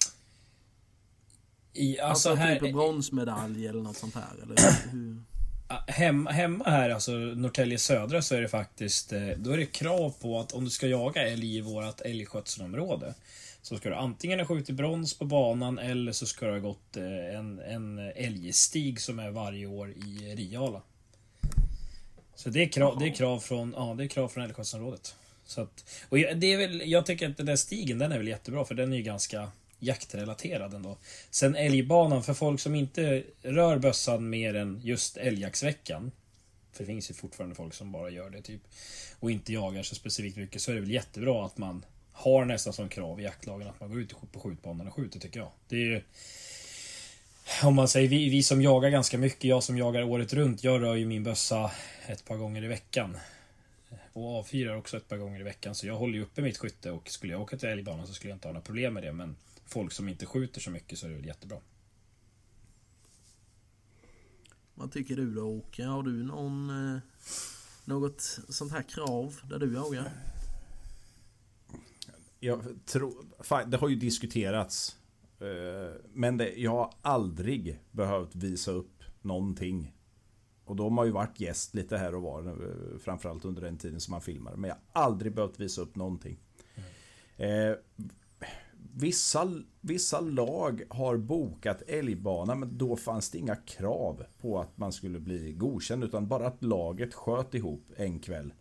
[SPEAKER 3] I, alltså,
[SPEAKER 2] Alltså
[SPEAKER 3] här,
[SPEAKER 2] typ bronsmedalj eller något sånt här, eller hur?
[SPEAKER 3] Hem, hemma här, alltså Norrtälje södra, så är det faktiskt, då är det krav på att om du ska jaga älg i vårat älgskötselområde, så ska du antingen ha skjutit brons på banan, eller så ska du ha gått en, en älgstig som är varje år i Riala. Så det är krav, det är krav från, ja, det är krav från älgskötselområdet. Så att, och det är väl, jag tycker att den där stigen, den är väl jättebra, för den är ju ganska jaktrelaterad ändå. Sen älgbanan, för folk som inte rör bössan mer än just älgjaktsveckan, för det finns ju fortfarande folk som bara gör det typ, och inte jagar så specifikt mycket, så är det väl jättebra att man har nästan som krav i jaktlagen att man går ut på skjutbanan och skjuter, tycker jag. Det är ju, om man säger vi, vi som jagar ganska mycket, jag som jagar året runt, jag rör ju min bössa ett par gånger i veckan och avfyrar också ett par gånger i veckan, så jag håller ju uppe mitt skytte, och skulle jag åka till älgbanan så skulle jag inte ha några problem med det, men folk som inte skjuter så mycket, så är det väl jättebra.
[SPEAKER 2] Vad tycker du då, Åke? Har du någon, eh, något sånt här krav där du jagar?
[SPEAKER 1] Jag tror, fan, det har ju diskuterats, men det, jag har aldrig behövt visa upp någonting. Och de har ju varit gäst lite här och var, framförallt under den tiden som man filmar, men jag har aldrig behövt visa upp någonting. Mm. Eh, vissa, vissa lag har bokat älgbana, men då fanns det inga krav på att man skulle bli godkänd, utan bara att laget sköt ihop en kväll.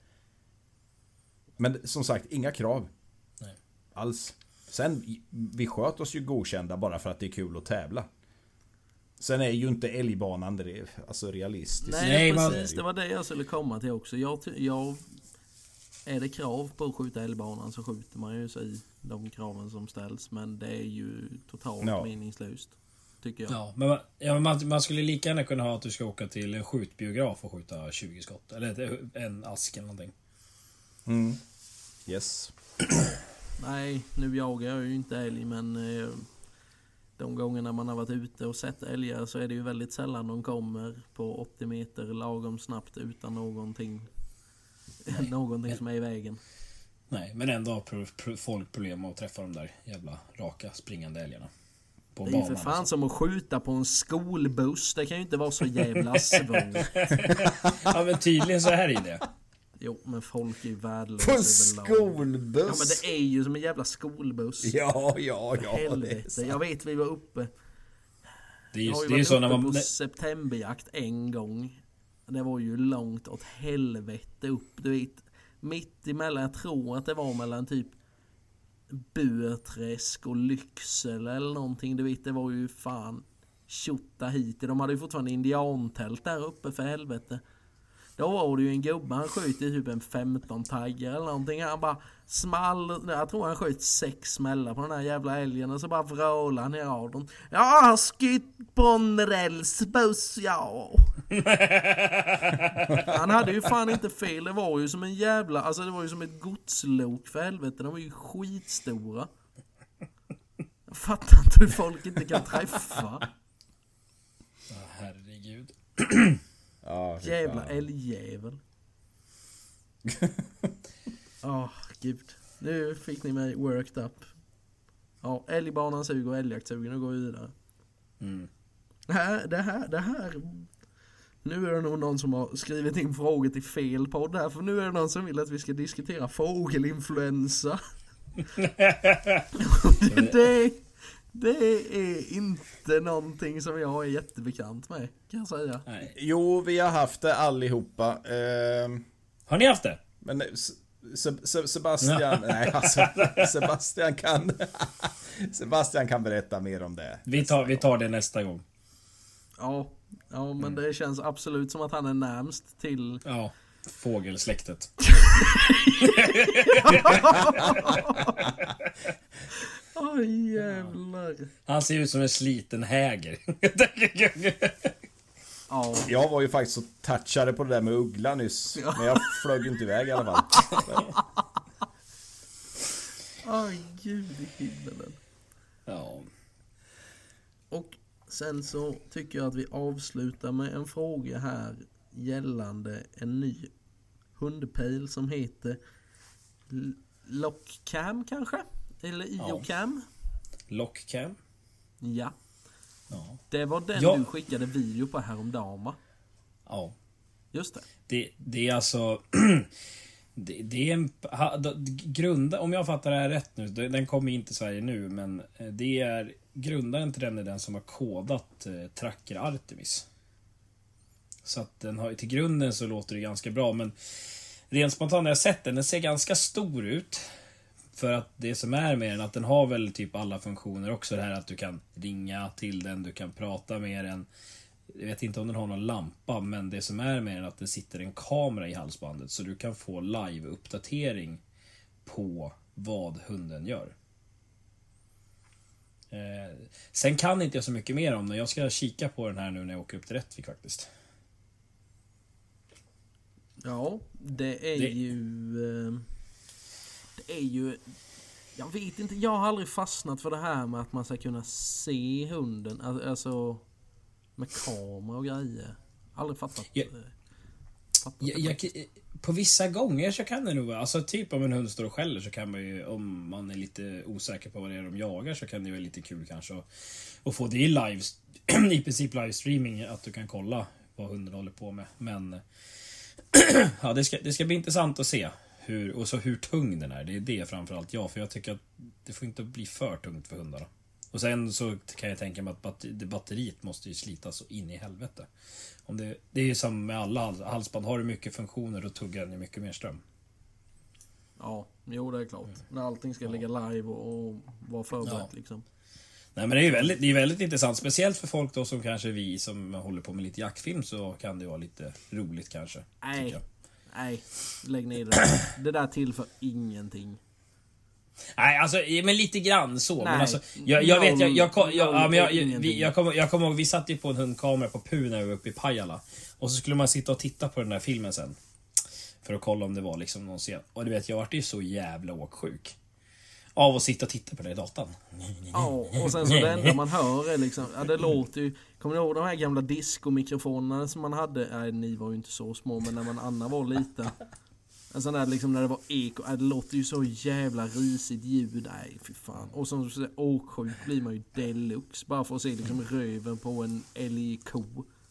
[SPEAKER 1] Men som sagt, inga krav. Nej. Alls. Sen, vi sköt oss ju godkända bara för att det är kul att tävla. Sen är ju inte älgbanan det, alltså realistiskt.
[SPEAKER 2] Nej, precis. Det var det jag skulle komma till också. Jag, jag, är det krav på att skjuta älgbanan, så skjuter man ju sig i de kraven som ställs. Men det är ju totalt ja. meningslöst, tycker jag.
[SPEAKER 3] Ja, men, man, ja, man, man skulle lika gärna kunna ha att du ska åka till en skjutbiograf och skjuta tjugo skott. Eller en ask eller någonting.
[SPEAKER 1] Mm. Yes.
[SPEAKER 2] Nej, nu jagar jag ju inte älg, men eh, de gångerna man har varit ute och sett älgar, så är det ju väldigt sällan de kommer på åttio meter lagom snabbt utan någonting, någonting som är i vägen.
[SPEAKER 3] Nej, men ändå har pro- pro- folk problem med att träffa de där jävla raka springande älgarna. På
[SPEAKER 2] det är ju för fan som att skjuta på en skolbuss. Det kan ju inte vara så jävla svårt.
[SPEAKER 3] Ja, men tydligen så är det det.
[SPEAKER 2] Jo, men folk är ju värdelösa.
[SPEAKER 1] På en skolbuss?
[SPEAKER 2] Ja, men det är ju som en jävla skolbuss.
[SPEAKER 1] Ja, ja, ja.
[SPEAKER 2] Helvete. Jag vet, vi var uppe.
[SPEAKER 3] Det är ju,
[SPEAKER 2] jag har ju
[SPEAKER 3] det är ju så när man...
[SPEAKER 2] på septemberjakt en gång. Det var ju långt åt helvete upp. Du vet, mitt emellan, jag tror att det var mellan typ Burträsk och Lycksele eller någonting. Du vet, det var ju fan tjotta hit. De hade ju fortfarande indiantält där uppe, för helvete. Då var det ju en gubbe, han sköt i typ en femton taggar eller någonting. Han bara small, jag tror han sköt sex smällar på den här jävla älgen, och så bara vrålade han i radion. Ja, han skytt på en rälsbuss, ja. Han hade ju fan inte fel, det var ju som en jävla, alltså det var ju som ett godslok, för helvete. De var ju skitstora. Jag fattar inte hur folk inte kan träffa.
[SPEAKER 3] Ja, herregud.
[SPEAKER 1] Ja,
[SPEAKER 2] jävla älgjävel. Ja, oh, gud. Nu fick ni mig worked up. Ja, älgbanan suger och älgjakt suger. Nu går vi vidare.
[SPEAKER 3] Mm.
[SPEAKER 2] Det här, det här, det här. Nu är det nog någon som har skrivit in frågor till fel podd här. För nu är det någon som vill att vi ska diskutera fågelinfluensa. det, det är inte någonting som jag är jättebekant med, kan jag säga.
[SPEAKER 3] Nej.
[SPEAKER 1] Jo, vi har haft det allihopa. Eh,
[SPEAKER 3] har ni haft det?
[SPEAKER 1] Men Se- Se- Sebastian, nej, alltså, Sebastian kan Sebastian kan berätta mer om det.
[SPEAKER 3] Vi tar, vi tar det nästa gång.
[SPEAKER 2] Ja, ja men mm. det känns absolut som att han är närmst till...
[SPEAKER 3] Ja, fågelsläktet.
[SPEAKER 2] Oj, jävlar.
[SPEAKER 3] Han ser ut som en sliten häger.
[SPEAKER 2] Ja.
[SPEAKER 1] Jag var ju faktiskt så touchade på det där med uggla nyss. Ja. Men jag flög inte iväg i alla fall.
[SPEAKER 2] Oj, gud i himmelen.
[SPEAKER 3] Ja.
[SPEAKER 2] Och sen så tycker jag att vi avslutar med en fråga här gällande en ny hundpejl som heter Lockcam kanske? Eller IOCam?
[SPEAKER 3] Ja. Lockcam?
[SPEAKER 2] Ja.
[SPEAKER 3] Ja.
[SPEAKER 2] Det var den
[SPEAKER 3] ja.
[SPEAKER 2] du skickade video på häromdagen, va?
[SPEAKER 3] Ja.
[SPEAKER 2] Just det.
[SPEAKER 3] Det, det är alltså... det, det är en... Ha, da, grunda, om jag fattar det här rätt nu, den kommer inte till Sverige nu, men det är... Grundaren till den är den som har kodat eh, Tracker Artemis. Så att den har, till grunden så låter det ganska bra, men rent spontant när jag sett den, den ser ganska stor ut. För att det som är med den, att den har väl typ alla funktioner också. Det här att du kan ringa till den, du kan prata med den. Jag vet inte om den har någon lampa, men det som är med den är att det sitter en kamera i halsbandet. Så du kan få live-uppdatering på vad hunden gör. Eh, sen kan inte jag så mycket mer om den. Jag ska kika på den här nu när jag åker upp till Rättvik faktiskt.
[SPEAKER 2] Ja, det är
[SPEAKER 3] det...
[SPEAKER 2] ju... Eh, det är ju... Jag vet inte, jag har aldrig fastnat för det här med att man ska kunna se hunden. Alltså... Med kamera och grejer. Aldrig fattat.
[SPEAKER 3] Jag,
[SPEAKER 2] fattat
[SPEAKER 3] jag, jag, på vissa gånger så kan det nog vara... Alltså typ om en hund står och skäller så kan man ju... Om man är lite osäker på vad det är de jagar så kan det vara lite kul kanske. Och, och få det i live... I princip livestreaming. Att du kan kolla vad hunden håller på med. Men... ja, det ska, det ska bli intressant att se. Hur, och så hur tung den är. Det är det framförallt jag. För jag tycker att det får inte bli för tungt för hundarna. Och sen så kan jag tänka mig att batter, det batteriet måste ju slitas så in i helvete. Om det, det är ju som med alla halsband. Har du mycket funktioner, då tuggar den ju mycket mer ström.
[SPEAKER 2] Ja, jo det är klart. Mm. När allting ska ja. ligga live och, och vara förberett ja. liksom.
[SPEAKER 3] Nej, men det är ju väldigt, det är väldigt intressant. Speciellt för folk då som kanske vi som håller på med lite jaktfilm, så kan det vara lite roligt kanske.
[SPEAKER 2] Nej, nej, lägg ner det. Det där till för ingenting.
[SPEAKER 3] Nej, alltså, men lite grann så. Nej, men alltså, jag, jag vet, jag, jag, jag, jag, ja, men jag, vi, jag kommer jag kom ihåg, vi satt ju på en hundkamera på Pu när vi var uppe i Pajala. Och så skulle man sitta och titta på den där filmen sen. För att kolla om det var liksom någon scen. Och du vet, jag vart ju så jävla åksjuk av att sitta och titta på det i datan.
[SPEAKER 2] Ja, och sen så det enda man hör är liksom, ja, det låter ju, kommer ni ihåg de här gamla diskomikrofonerna som man hade? Nej, ni var ju inte så små, men när man Anna var liten. En sån där liksom när det var eko, det låter ju så jävla risigt ljud. Nej, fy fan. Och som du säger, åksjuk blir man ju deluxe. Bara för att se liksom röven på en älgko.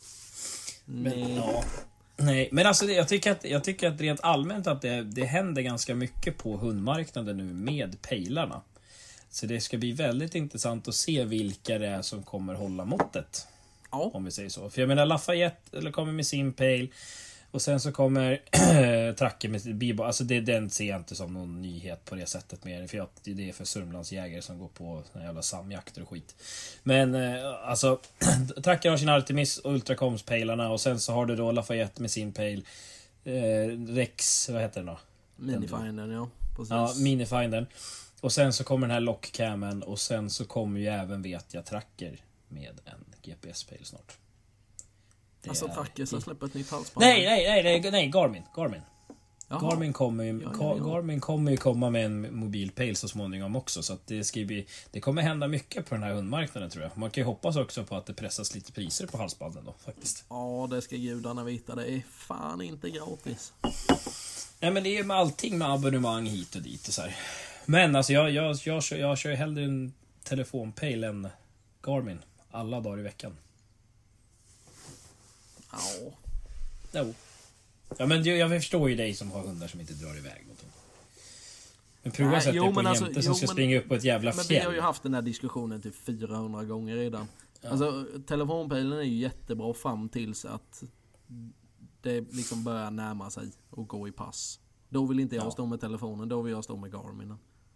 [SPEAKER 2] Nej.
[SPEAKER 3] Men, ja. Nej, men alltså jag tycker att, jag tycker att rent allmänt att det, det händer ganska mycket på hundmarknaden nu med pejlarna. Så det ska bli väldigt intressant att se vilka det är som kommer hålla måttet.
[SPEAKER 2] Ja.
[SPEAKER 3] Om vi säger så. För jag menar, Lafayette eller kommer med sin pejl. Och sen så kommer Tracker med Bibo. Alltså det, den ser jag inte som någon nyhet på det sättet mer. För att det är för Sörmlands jägare som går på såna jävla samjakter och skit. Men alltså Tracker har sin Artemis och Ultracoms-pejlarna. Och sen så har du då Lafayette med sin pejl. eh, Rex, vad heter den då?
[SPEAKER 2] Minifindern, ja. Precis.
[SPEAKER 3] Ja, Minifindern. Och sen så kommer den här lockcamen. Och sen så kommer ju även, vet jag, Tracker med en G P S-pejl snart.
[SPEAKER 2] Det alltså är... Tracker som släpper ett nytt halsband.
[SPEAKER 3] Nej, nej, nej, nej, nej, Garmin, Garmin.
[SPEAKER 2] Jaha.
[SPEAKER 3] Garmin kommer ju,
[SPEAKER 2] ja, ja, ja.
[SPEAKER 3] Garmin kommer ju komma med en mobilpejl så småningom också. Så att det ska bli, det kommer hända mycket på den här hundmarknaden, tror jag. Man kan ju hoppas också på att det pressas lite priser på halsbanden då, faktiskt.
[SPEAKER 2] Ja, det ska gudarna veta. Det är fan inte gratis.
[SPEAKER 3] Nej, men det är ju med allting med abonnemang hit och dit och så här. Men alltså jag, jag, jag, jag, jag kör hellre en telefonpejl än Garmin alla dagar i veckan.
[SPEAKER 2] Ja.
[SPEAKER 3] Jo. Ja, men jag förstår ju dig som har hundar som inte drar iväg någonting. Men prova att sätta dig på en jämte alltså, som ska men, springa upp på ett jävla fjäll.
[SPEAKER 2] Men vi har ju haft den här diskussionen typ fyrahundra gånger redan. Ja. Alltså telefonpejlen är ju jättebra fram tills att det liksom börjar närma sig och gå i pass. Då vill inte jag ja. stå med telefonen, då vill jag stå med Garminen.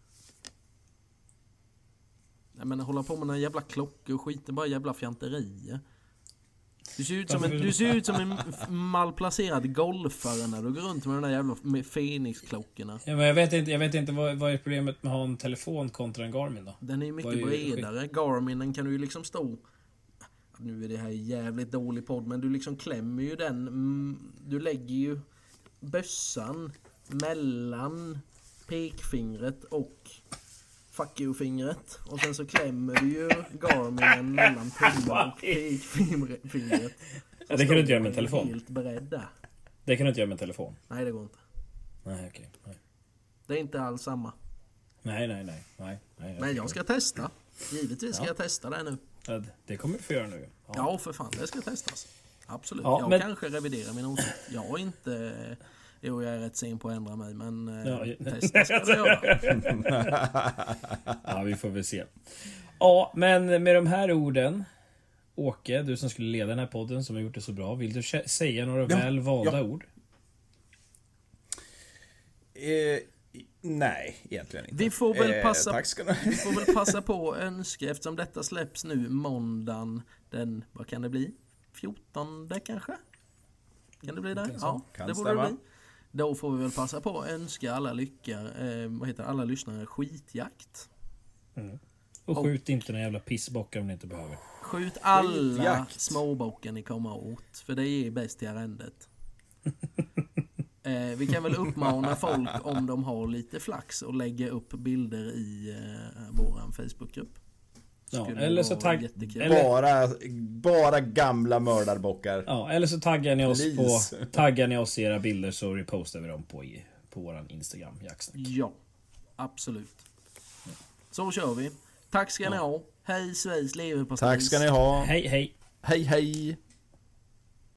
[SPEAKER 2] Nej, men hålla på med den jävla klockor och skit, bara jävla fjanterier. Du ser ut som en, du ser ut som en malplacerad golfare när du går runt med de där jävla Fenix-klockorna.
[SPEAKER 3] Ja, men jag vet inte, jag vet inte vad, vad är problemet med att ha en telefon kontra en Garmin då?
[SPEAKER 2] Den är ju mycket är bredare. Skit? Garminen kan du ju liksom stå... Nu är det här jävligt dålig podd, men du liksom klämmer ju den. Du lägger ju bössan mellan pekfingret och fuck you-fingret. Och sen så klämmer du ju Garminen mellan tummen och pekfingret.
[SPEAKER 3] Ja, det kan du inte göra med en telefon.
[SPEAKER 2] Helt beredda.
[SPEAKER 3] Det kan du inte göra med en telefon.
[SPEAKER 2] Nej, det går inte.
[SPEAKER 3] Nej, okej. Okay.
[SPEAKER 2] Det är inte alls samma.
[SPEAKER 3] Nej, nej, nej. nej, nej jag
[SPEAKER 2] Men jag ska testa. Givetvis ska ja. jag testa det nu.
[SPEAKER 3] Ja, det kommer du få göra nu.
[SPEAKER 2] Ja. ja, för fan. Det ska testas. Absolut.
[SPEAKER 3] Ja,
[SPEAKER 2] jag
[SPEAKER 3] men...
[SPEAKER 2] kanske reviderar min åsikt. Jag är inte... Jo, jag är rätt sen på att ändra mig, men ja,
[SPEAKER 3] ja.
[SPEAKER 2] testa ska jag göra.
[SPEAKER 3] Ja, vi får väl se. Ja, men med de här orden, Åke, du som skulle leda den här podden som har gjort det så bra, vill du säga några ja, väl valda ja. ord?
[SPEAKER 1] Eh, nej, egentligen inte.
[SPEAKER 2] Vi får väl passa,
[SPEAKER 1] eh, tack ska ni.
[SPEAKER 2] vi får väl passa på att önska, eftersom detta släpps nu måndagen den, vad kan det bli? fjortonde kanske? Kan det bli det? Ja,
[SPEAKER 1] kan
[SPEAKER 2] det borde det bli. Då får vi väl passa på att önska alla lyckor, eh, vad heter alla lyssnare, skitjakt.
[SPEAKER 3] Mm. Och skjut och, inte några jävla pissbockar om ni inte behöver.
[SPEAKER 2] Skjut alla skitjakt. Småbockar ni kommer åt, för det är bäst i arrendet. eh, vi kan väl uppmana folk om de har lite flax och lägga upp bilder i eh, våran Facebookgrupp.
[SPEAKER 3] Ja, eller så tagg...
[SPEAKER 1] Eller... Bara, bara gamla mördarbockar.
[SPEAKER 3] Ja, eller så taggar ni oss Please. på taggar ni oss i era bilder så repostar vi dem på, på våran Instagram, Jacksnack.
[SPEAKER 2] Ja, absolut. Så kör vi. Tack ska ja. ni ha. Hej Sveriges leverpastej.
[SPEAKER 1] Tack ska ni ha.
[SPEAKER 3] Hej hej.
[SPEAKER 1] Hej hej.